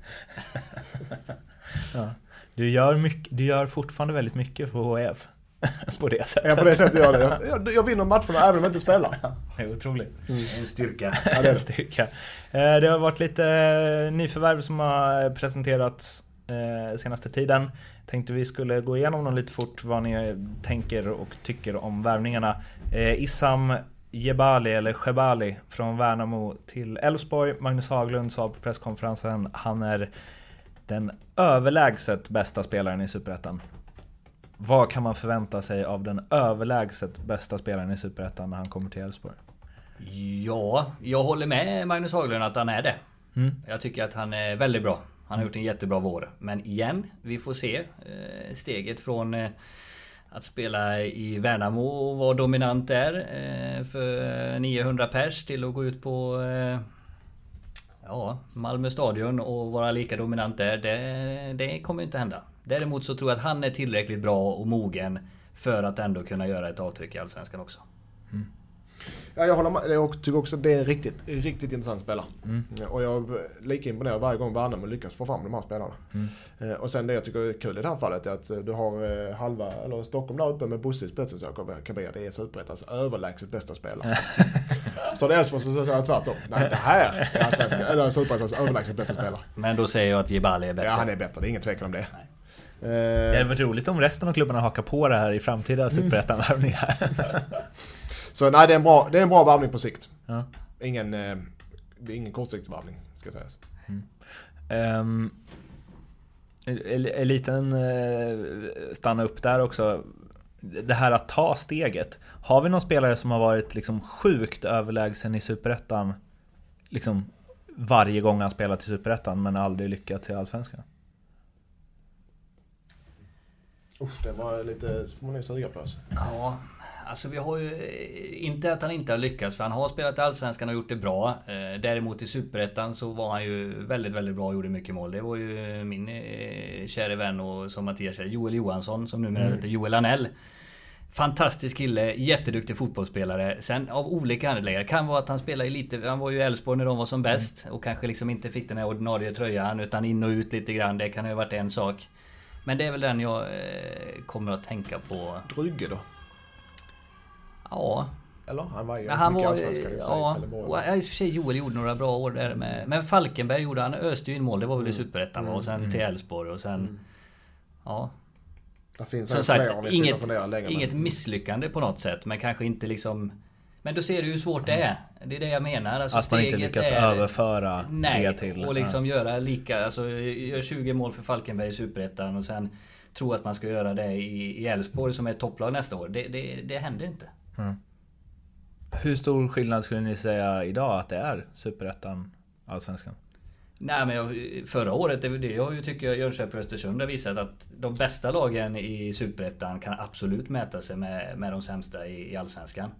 Ja. Du gör fortfarande väldigt mycket på HF. På det sättet. Ja, på det sättet gör det. Jag vinner matcherna även om jag inte spelar. Ja, det är otroligt. En styrka. Ja, det är en styrka. Det har varit lite nyförvärv som har presenterats senaste tiden. Tänkte vi skulle gå igenom dem lite fort, vad ni tänker och tycker om värvningarna. Issam Jebali eller Jebali från Värnamo till Elfsborg. Magnus Haglund sa på presskonferensen han är den överlägset bästa spelaren i Superettan. Vad kan man förvänta sig av den överlägset bästa spelaren i Superettan när han kommer till Elfsborg? Ja, jag håller med Magnus Haglund att han är det. Jag tycker att han är väldigt bra. Han har gjort en jättebra vår. Men igen, vi får se steget från att spela i Värnamo och vara dominant där för 900 pers till att gå ut på Malmö stadion och vara lika dominant där. Det kommer inte hända. Däremot så tror jag att han är tillräckligt bra och mogen för att ändå kunna göra ett avtryck i Allsvenskan också. Ja, jag håller med. Jag tycker också att det är riktigt intressant spelare. Och jag är lika imponerad varje gång Värnamo lyckas få fram de här spelarna. Och sen det jag tycker är kul i det här fallet är att du har halva, eller Stockholm där uppe med Bosse i spetsen, så jag kan be att det är Superettans överlägset bästa spelare. Så det är Elfsborg så säger jag tvärtom. Nej, det här är Allsvenskan, eller Superettans överlägset bästa spelare. Men då säger jag att Jebali är bättre. Ja, han är bättre, det är ingen tvekan om det. Nej. Det hade varit roligt om resten av klubbarna hakar på det här i framtida Superettan-värvningar. Så nej, det är en bra värvning på sikt. Ja. Det är ingen kortsiktig värvning, ska sägas. En liten stanna upp där också. Det här att ta steget. Har vi någon spelare som har varit liksom sjukt överlägsen i Superettan liksom varje gång han spelat i Superettan men aldrig lyckats i Allsvenskan? Det var lite, får man ju suga på sig. Ja, alltså vi har ju inte att han inte har lyckats, för han har spelat i Allsvenskan och gjort det bra. Däremot i Superettan så var han ju väldigt, väldigt bra och gjorde mycket mål. Det var ju min kära vän och som Mattias säger, Joel Johansson, som numera heter Joel Anell. Fantastisk kille, jätteduktig fotbollsspelare. Sen av olika anledningar, kan vara att han spelade lite, han var ju i Elfsborg när de var som bäst och kanske liksom inte fick den här ordinarie tröjan utan in och ut lite grann. Det kan ju ha varit en sak. Men det är väl den jag kommer att tänka på. Drygge då? Ja. Eller? Han var ju mycket allsvenska. Ja, i och för sig Joel gjorde några bra år där med. Men Falkenberg gjorde han, öste ju in mål. Det var väl i Superettan och sen till Elfsborg och sen ja. Det finns som sagt, inget misslyckande på något sätt, men kanske inte liksom. Men då ser du hur svårt det är. Det är det jag menar. Alltså, att man inte lyckas överföra det till. Och liksom göra lika. Alltså gör 20 mål för Falkenberg i Superettan och sen tro att man ska göra det i Elfsborg som är ett topplag nästa år. Det händer inte. Hur stor skillnad skulle ni säga idag att det är Superettan Allsvenskan? Nej, men förra året, jag tycker Jönköping och Östersund har visat att de bästa lagen i Superettan kan absolut mäta sig med de sämsta i Allsvenskan.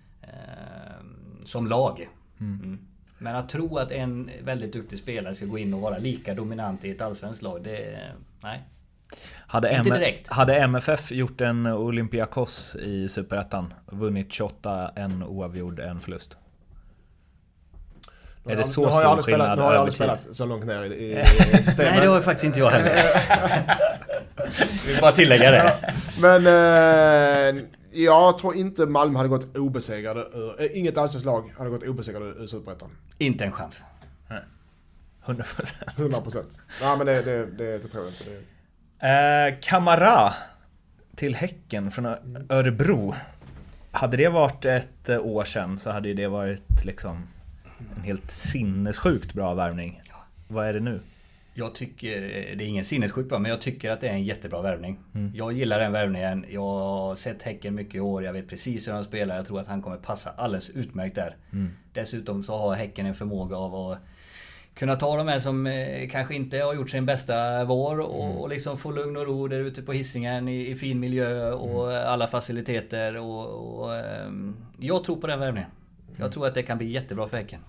Som lag. Men att tro att en väldigt duktig spelare ska gå in och vara lika dominant i ett allsvenskt lag, nej. Inte direkt. Hade MFF gjort en Olympiakos i Superettan, vunnit 28, en oavgjord, en förlust? Är det så stor skillnad? Nu har jag aldrig spelat så långt ner i systemet. Nej, det var faktiskt inte jag heller. Vi vill bara tillägga det. Men jag tror inte Malmö hade gått obesegrade. Inget allsvenskt lag hade gått obesegrade ur Superettan. Inte en chans. 100%. Ja, men det tror jag inte. Kamara till Häcken från Örebro. Hade det varit ett år sedan så hade det varit liksom en helt sinnessjukt bra värvning. Vad är det nu? Jag tycker, det är ingen sinnessjukt bra, men jag tycker att det är en jättebra värvning. Jag gillar den värvningen. Jag har sett Häcken mycket i år. Jag vet precis hur han spelar. Jag tror att han kommer passa alldeles utmärkt där. Dessutom så har Häcken en förmåga av att kunna ta de här som kanske inte har gjort sin bästa vår och liksom få lugn och ro där ute på Hisingen i fin miljö och alla faciliteter och jag tror på den värvningen. Jag tror att det kan bli jättebra för Häcken.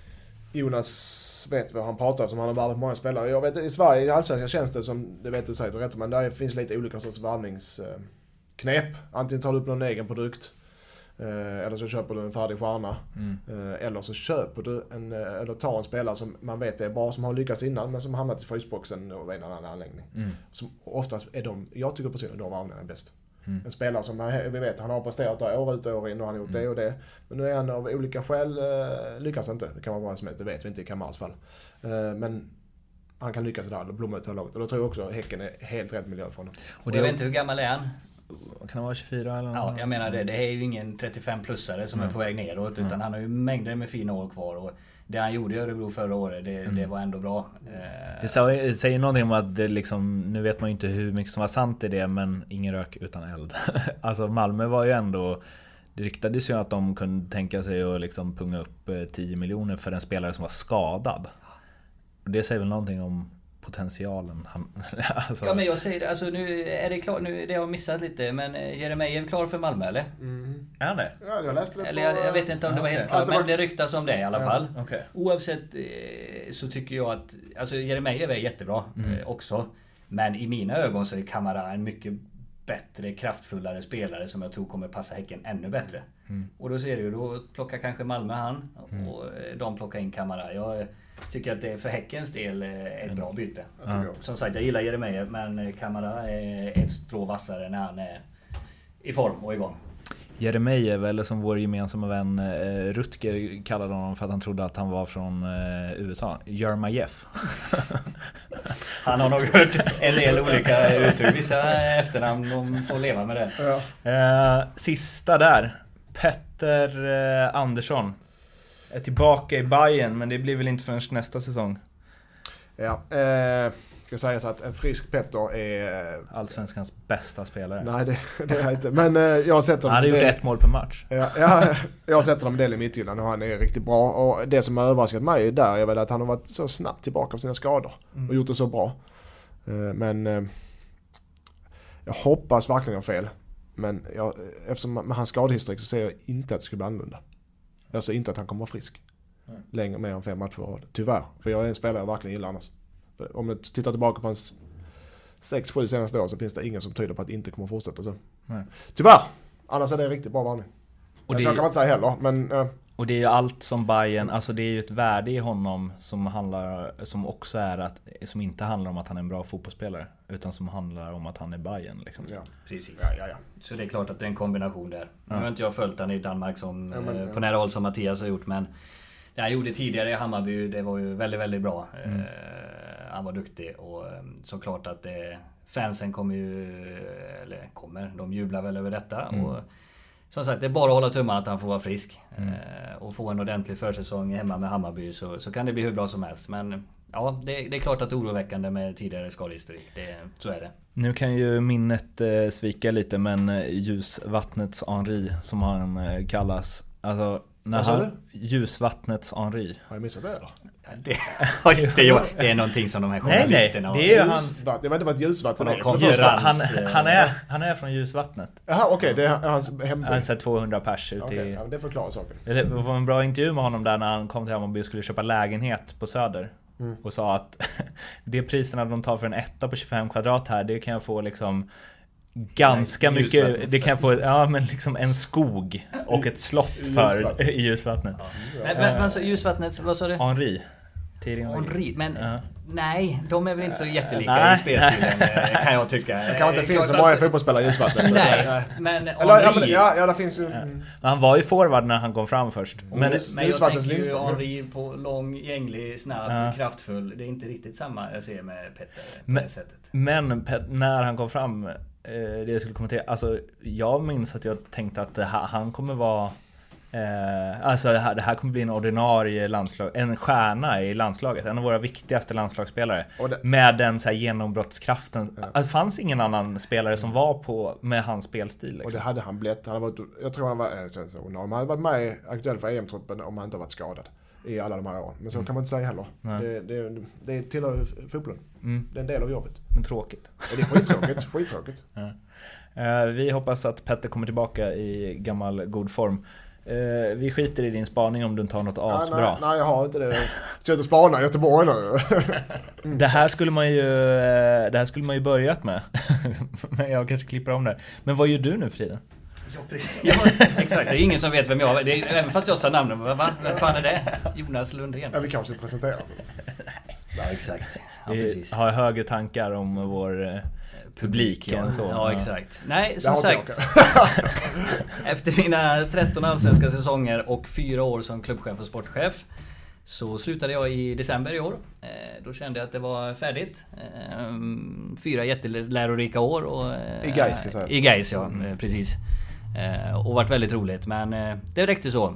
Jonas vet vad han pratar om, som han har värvat många spelare. Jag vet i Sverige, i Allsvenskan känns det som, det vet du säkert rätt, men där finns lite olika sorts värvningsknep. Antingen tar du upp någon egen produkt, eller så köper du en färdig stjärna, eller så köper du eller tar en spelare som man vet är bra, som har lyckats innan men som har hamnat i frysboxen och en annan anläggning. Som oftast är jag tycker precis att de värvningarna är bäst. En spelare som vi vet, han har presterat där år ut och år in och han har gjort det och det. Men nu är han av olika skäl lyckas inte. Det kan vara bra som helst, det vet vi inte i Kamars fall. Men han kan lyckas där och blomma ut hela laget. Och då tror jag också att Häcken är helt rätt miljö för honom. Och jag vet inte hur gammal är han? Kan det vara 24 eller något? Ja, jag menar det är ju ingen 35-plussare som är på väg neråt, utan han har ju mängder med fina år kvar och det han gjorde i Örebro förra året, det var ändå bra. Det säger någonting om att det liksom, nu vet man ju inte hur mycket som var sant i det, men ingen rök utan eld. Alltså Malmö var ju ändå, det ryktades ju att de kunde tänka sig att liksom punga upp 10 miljoner för en spelare som var skadad. Och det säger väl någonting om potentialen. Alltså. Ja, men jag säger det, alltså nu är det klart, nu det har missat lite, men Jeremejeff är klar för Malmö eller? Är han det? Ja, jag läste det. Eller jag vet inte om det var helt klart, men det ryktas om det i alla fall. Okay. Oavsett så tycker jag att alltså Jeremejeff är jättebra också, men i mina ögon så är Kamara en mycket bättre, kraftfullare spelare som jag tror kommer passa Häcken ännu bättre. Och då ser du, då plockar kanske Malmö han och de plockar in Kamara. Jag tycker att det för Häckens del är ett bra byte. Som sagt, jag gillar Jeremejeff, men Kamara är ett strå vassare när han är i form och igång. Jeremejeff, eller som vår gemensamma vän Rutger kallade honom för att han trodde att han var från USA. Jeremejeff. Han har nog hört en del olika uttryck. Vissa efternamn, de får leva med det. Sista där. Petter Andersson är tillbaka i Bayern, men det blir väl inte förrän nästa säsong. Ja, ska säga så att en frisk Petter är Allsvenskans bästa spelare. Nej, det är inte. Men jag har sett honom. Han hade gjort 1 mål per match. Ja, jag har sett honom en del i Midtjylland och han är riktigt bra. Och det som har överraskat mig där är väl att han har varit så snabbt tillbaka av sina skador och gjort det så bra. Men jag hoppas verkligen jag har fel. Men eftersom med hans skadehistorik så ser jag inte att det skulle bli annorlunda. Jag ser inte att han kommer vara frisk längre mer än 5 matcher. Tyvärr, för jag är en spelare jag verkligen gillar annars. För om jag tittar tillbaka på hans 6-7 senaste år så finns det ingen som tyder på att det inte kommer att fortsätta så. Nej. Tyvärr! Annars är det en riktigt bra varning. Och det, så kan man inte säga heller, men... Och det är ju allt som Bayern, alltså det är ju ett värde i honom som också är att, som inte handlar om att han är en bra fotbollsspelare, utan som handlar om att han är Bayern liksom. Ja, precis. Ja. Så det är klart att det är en kombination där. Nu har inte jag följt han i Danmark som på nära håll som Mattias har gjort, men det han gjorde tidigare i Hammarby, det var ju väldigt, väldigt bra. Han var duktig och såklart att fansen de jublar väl över detta och som sagt, det är bara att hålla tummarna att han får vara frisk och få en ordentlig försäsong hemma med Hammarby så kan det bli hur bra som helst. Men ja, det är klart att det är oroväckande med tidigare skadehistorik. Så är det. Nu kan ju minnet svika lite, men ljusvattnets Henri som han kallas. Alltså, ljusvattnets Henri. Har jag missat det eller? Det är någonting som de här journalisterna... Nej, det är hans... Jag vet inte vad ett ljusvatten är. Han är från ljusvattnet. Jaha, okej, det är hans hemby. Han är 200 pers ut i... det förklarar saken. Det var en bra intervju med honom där när han kom till Hammarby och skulle köpa lägenhet på Söder. Och sa att det priserna de tar för en etta på 25 kvadrat här, det kan jag få liksom... ganska mycket, det kan jag få men liksom en skog och ett slott för i ljusvattnet. Men alltså ljusvattnet, vad sa du? Henri, men nej, de är väl inte så jättelika i spelstilen kan jag tycka. Det kan inte finnas så många fotbollsspelare i ljusvattnet. Nej, men det finns ju. Han var ju forward när han kom fram först. Men jag tänker ju Henri på lång, gänglig, snabb, kraftfull. Det är inte riktigt samma jag ser med Petter på det sättet. Men när han kom fram, det jag skulle kommentera, alltså jag minns att jag tänkte att han kommer vara Alltså det här kommer bli en ordinarie landslag, en stjärna i landslaget, en av våra viktigaste landslagsspelare med den så här genombrottskraften. Det fanns ingen annan spelare som var på med hans spelstil liksom. Och det hade han blivit. Jag tror han hade varit med aktuell för EM-truppen om han inte varit skadad i alla de här åren. Men så kan man inte säga heller. Det tillhör fotbollen. Det är en del av jobbet. Men tråkigt. Och det är skittråkigt. Vi hoppas att Petter kommer tillbaka i gammal god form. Vi skiter i din spaning om du inte har något asbra. Nej, jag har inte det. Ska inte spana i Göteborg nu. Det här skulle man ju börjat med. Men jag kanske klipper om det. Men vad gör du nu för tiden? Ja, precis. Ja, exakt, det är ingen som vet vem jag är. Även fast jag sa namnet. Vem fan är det? Jonas Lundén. Ja, vi kanske presenterar det. Ja, exakt. Ja, precis. Har högre tankar om vår publiken. Så. Ja, exakt. Nej, som sagt. Efter mina 13 allsvenska säsonger och 4 år som klubbchef och sportchef så slutade jag i december i år. Då kände jag att det var färdigt. 4 jättelärorika år. Och, I Gais, ska sägas. I Gais, ja. Precis. Och varit väldigt roligt. Men det räckte så.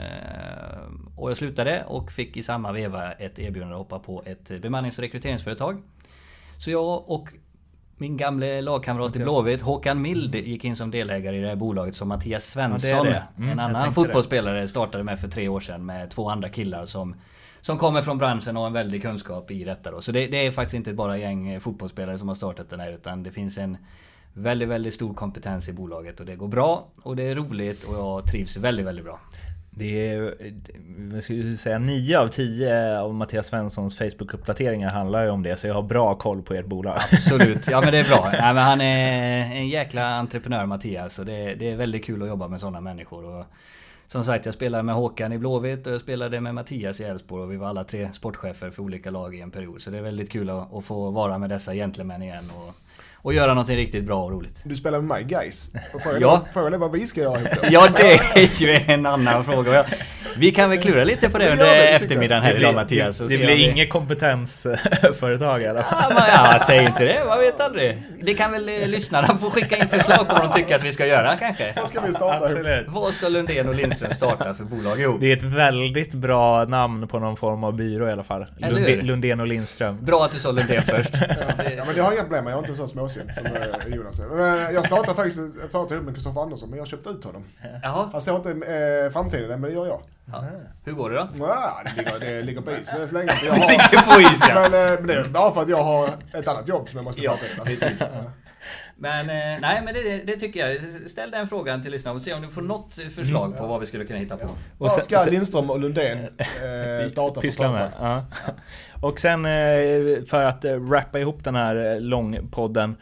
Och jag slutade och fick i samma veva ett erbjudande att hoppa på ett bemannings- och rekryteringsföretag. Så jag och min gamla lagkamrat i Blåvitt, Håkan Mild, gick in som delägare i det här bolaget som Mattias Svensson, en annan fotbollsspelare, startade med för 3 år sedan med 2 andra killar som kommer från branschen och har en väldig kunskap i detta då. Så det är faktiskt inte bara gäng fotbollsspelare som har startat den här, utan det finns en väldigt, väldigt stor kompetens i bolaget och det går bra och det är roligt och jag trivs väldigt, väldigt bra. Det är, jag skulle säga 9 av 10 av Mattias Svenssons Facebook-uppdateringar handlar ju om det, så jag har bra koll på ert bolag. Absolut, ja men det är bra. Nej, men han är en jäkla entreprenör, Mattias, och det är väldigt kul att jobba med sådana människor. Och som sagt, jag spelade med Håkan i Blåvitt och jag spelade med Mattias i Elfsborg och vi var alla 3 sportchefer för olika lag i en period. Så det är väldigt kul att få vara med dessa gentlemän igen och göra något riktigt bra och roligt. Du spelar med mig, guys. Frågan är vad vi ska göra. Ja, det är ju en annan fråga. Vi kan väl klura lite på det under eftermiddagen här idag, Mattias. Det blir inget kompetensföretag eller? Ja, säg inte det. Man vet aldrig. Det kan väl lyssnarna få skicka in förslag på vad de tycker att vi ska göra kanske. Vad ska vi starta? Vad ska Lundén och Lindström starta för bolag ihop? Det är ett väldigt bra namn på någon form av byrå i alla fall. Lundén och Lindström. Bra att du sa Lundén först. Ja, men det har inga problem med. Jag är inte så småsint som Jonas är. Men jag startar faktiskt ett företag med Kristoffer Andersson, men jag har köpt ut honom. Jaha. Han står inte framtiden, men det gör jag. Ja. Hur går det då? Ja, det ligger på is. Det är så länge jag har... Det ligger på is, ja. Men det är bara för att jag har ett annat jobb som jag måste prata in. Precis. Men nej, men det tycker jag. Ställ den frågan till lyssnarna och se om du får något förslag på vad vi skulle kunna hitta på. Och sen, ska Lindström och Lundén starta för företag? Ja. Och sen för att rappa ihop den här långpodden,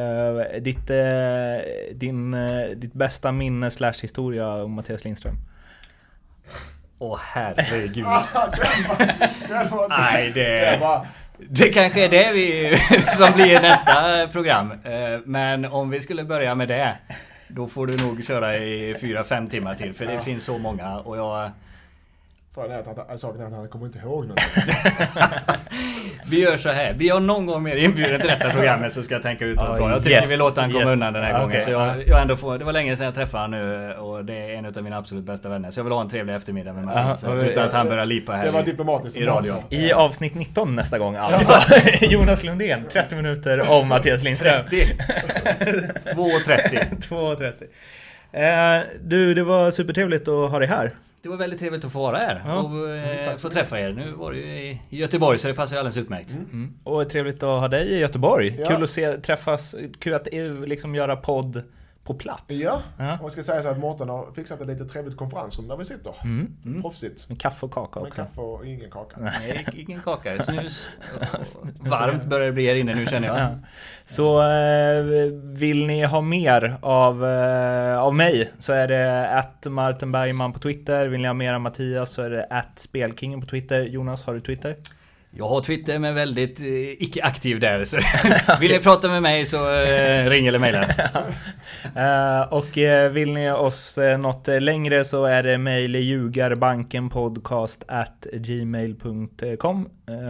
ditt bästa minne / historia om Mattias Lindström. Herregud. Nej, det kanske är det som blir nästa program. Men om vi skulle börja med det, då får du nog köra i 4-5 timmar till. För det finns så många och jag... Saken är att han kommer inte ihåg något. Vi gör så här. Vi har någon gång mer inbjuden till detta programmet, så ska jag tänka ut något bra. Jag tycker vi låter han komma undan den här gången. Så jag ändå får, det var länge sedan jag träffade han nu och det är en av mina absolut bästa vänner. Så jag vill ha en trevlig eftermiddag med Mattias. Utan att han börjar lipa här. Det var diplomatiskt i radio. I avsnitt 19 nästa gång alltså. Jonas Lundén, 30 minuter om Mattias Lindström. 2.30. Du, det var supertrevligt att ha dig här. Det var väldigt trevligt att få vara här och få träffa er. Nu var det ju i Göteborg, så det passar ju alldeles utmärkt. Och trevligt att ha dig i Göteborg. Ja. Kul att träffas, kul att liksom göra podd på plats. Ja, och jag ska säga så att Mårten har fixat ett lite trevligt konferensrum där vi sitter. Proffsigt. Med kaffe och kaka också. Med kaffe och ingen kaka. Nej, ingen kaka. Snus. Varmt börjar det bli här inne nu, känner jag. Ja. Så vill ni ha mer av mig, så är det @Martin Bergman på Twitter. Vill ni ha mer av Mattias, så är det @Spelkingen på Twitter. Jonas, har du Twitter? Jag har Twitter, men väldigt icke-aktiv där. Så vill ni prata med mig, så ring eller mejla. Och vill ni oss något längre, så är det mejl ljugarbankenpodcast@gmail.com.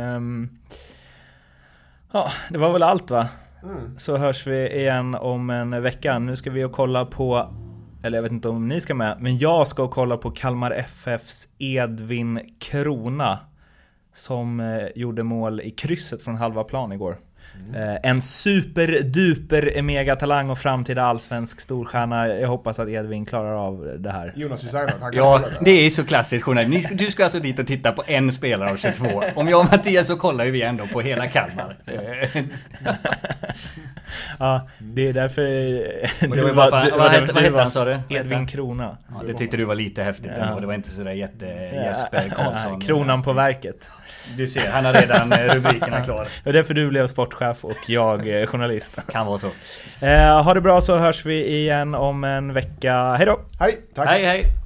Ja, det var väl allt, va? Så hörs vi igen om en vecka. Nu ska vi kolla på eller jag vet inte om ni ska med, men jag ska kolla på Kalmar FFs Edvin Krona som gjorde mål i krysset från halva plan igår. En superduper megatalang och framtida allsvensk storstjärna. Jag hoppas att Edvin klarar av det här. Jonas Hussein, ja, det är så klassiskt journalist. Du ska alltså dit och titta på en spelare av 22. Om jag och Mattias så kollar vi ändå på hela Kalmar. Ja, det är därför vad hette han, sa du? Edvin Krona. Ja, det tyckte du var lite häftigt ändå. Det var inte sådär Jesper Karlsson. Kronan på verket. Du ser, han har redan rubrikerna klara. Det är därför du blev sportchef och jag journalist. Kan vara så. Ha det bra, så hörs vi igen om en vecka. Hej då! Hej, tack. Hej.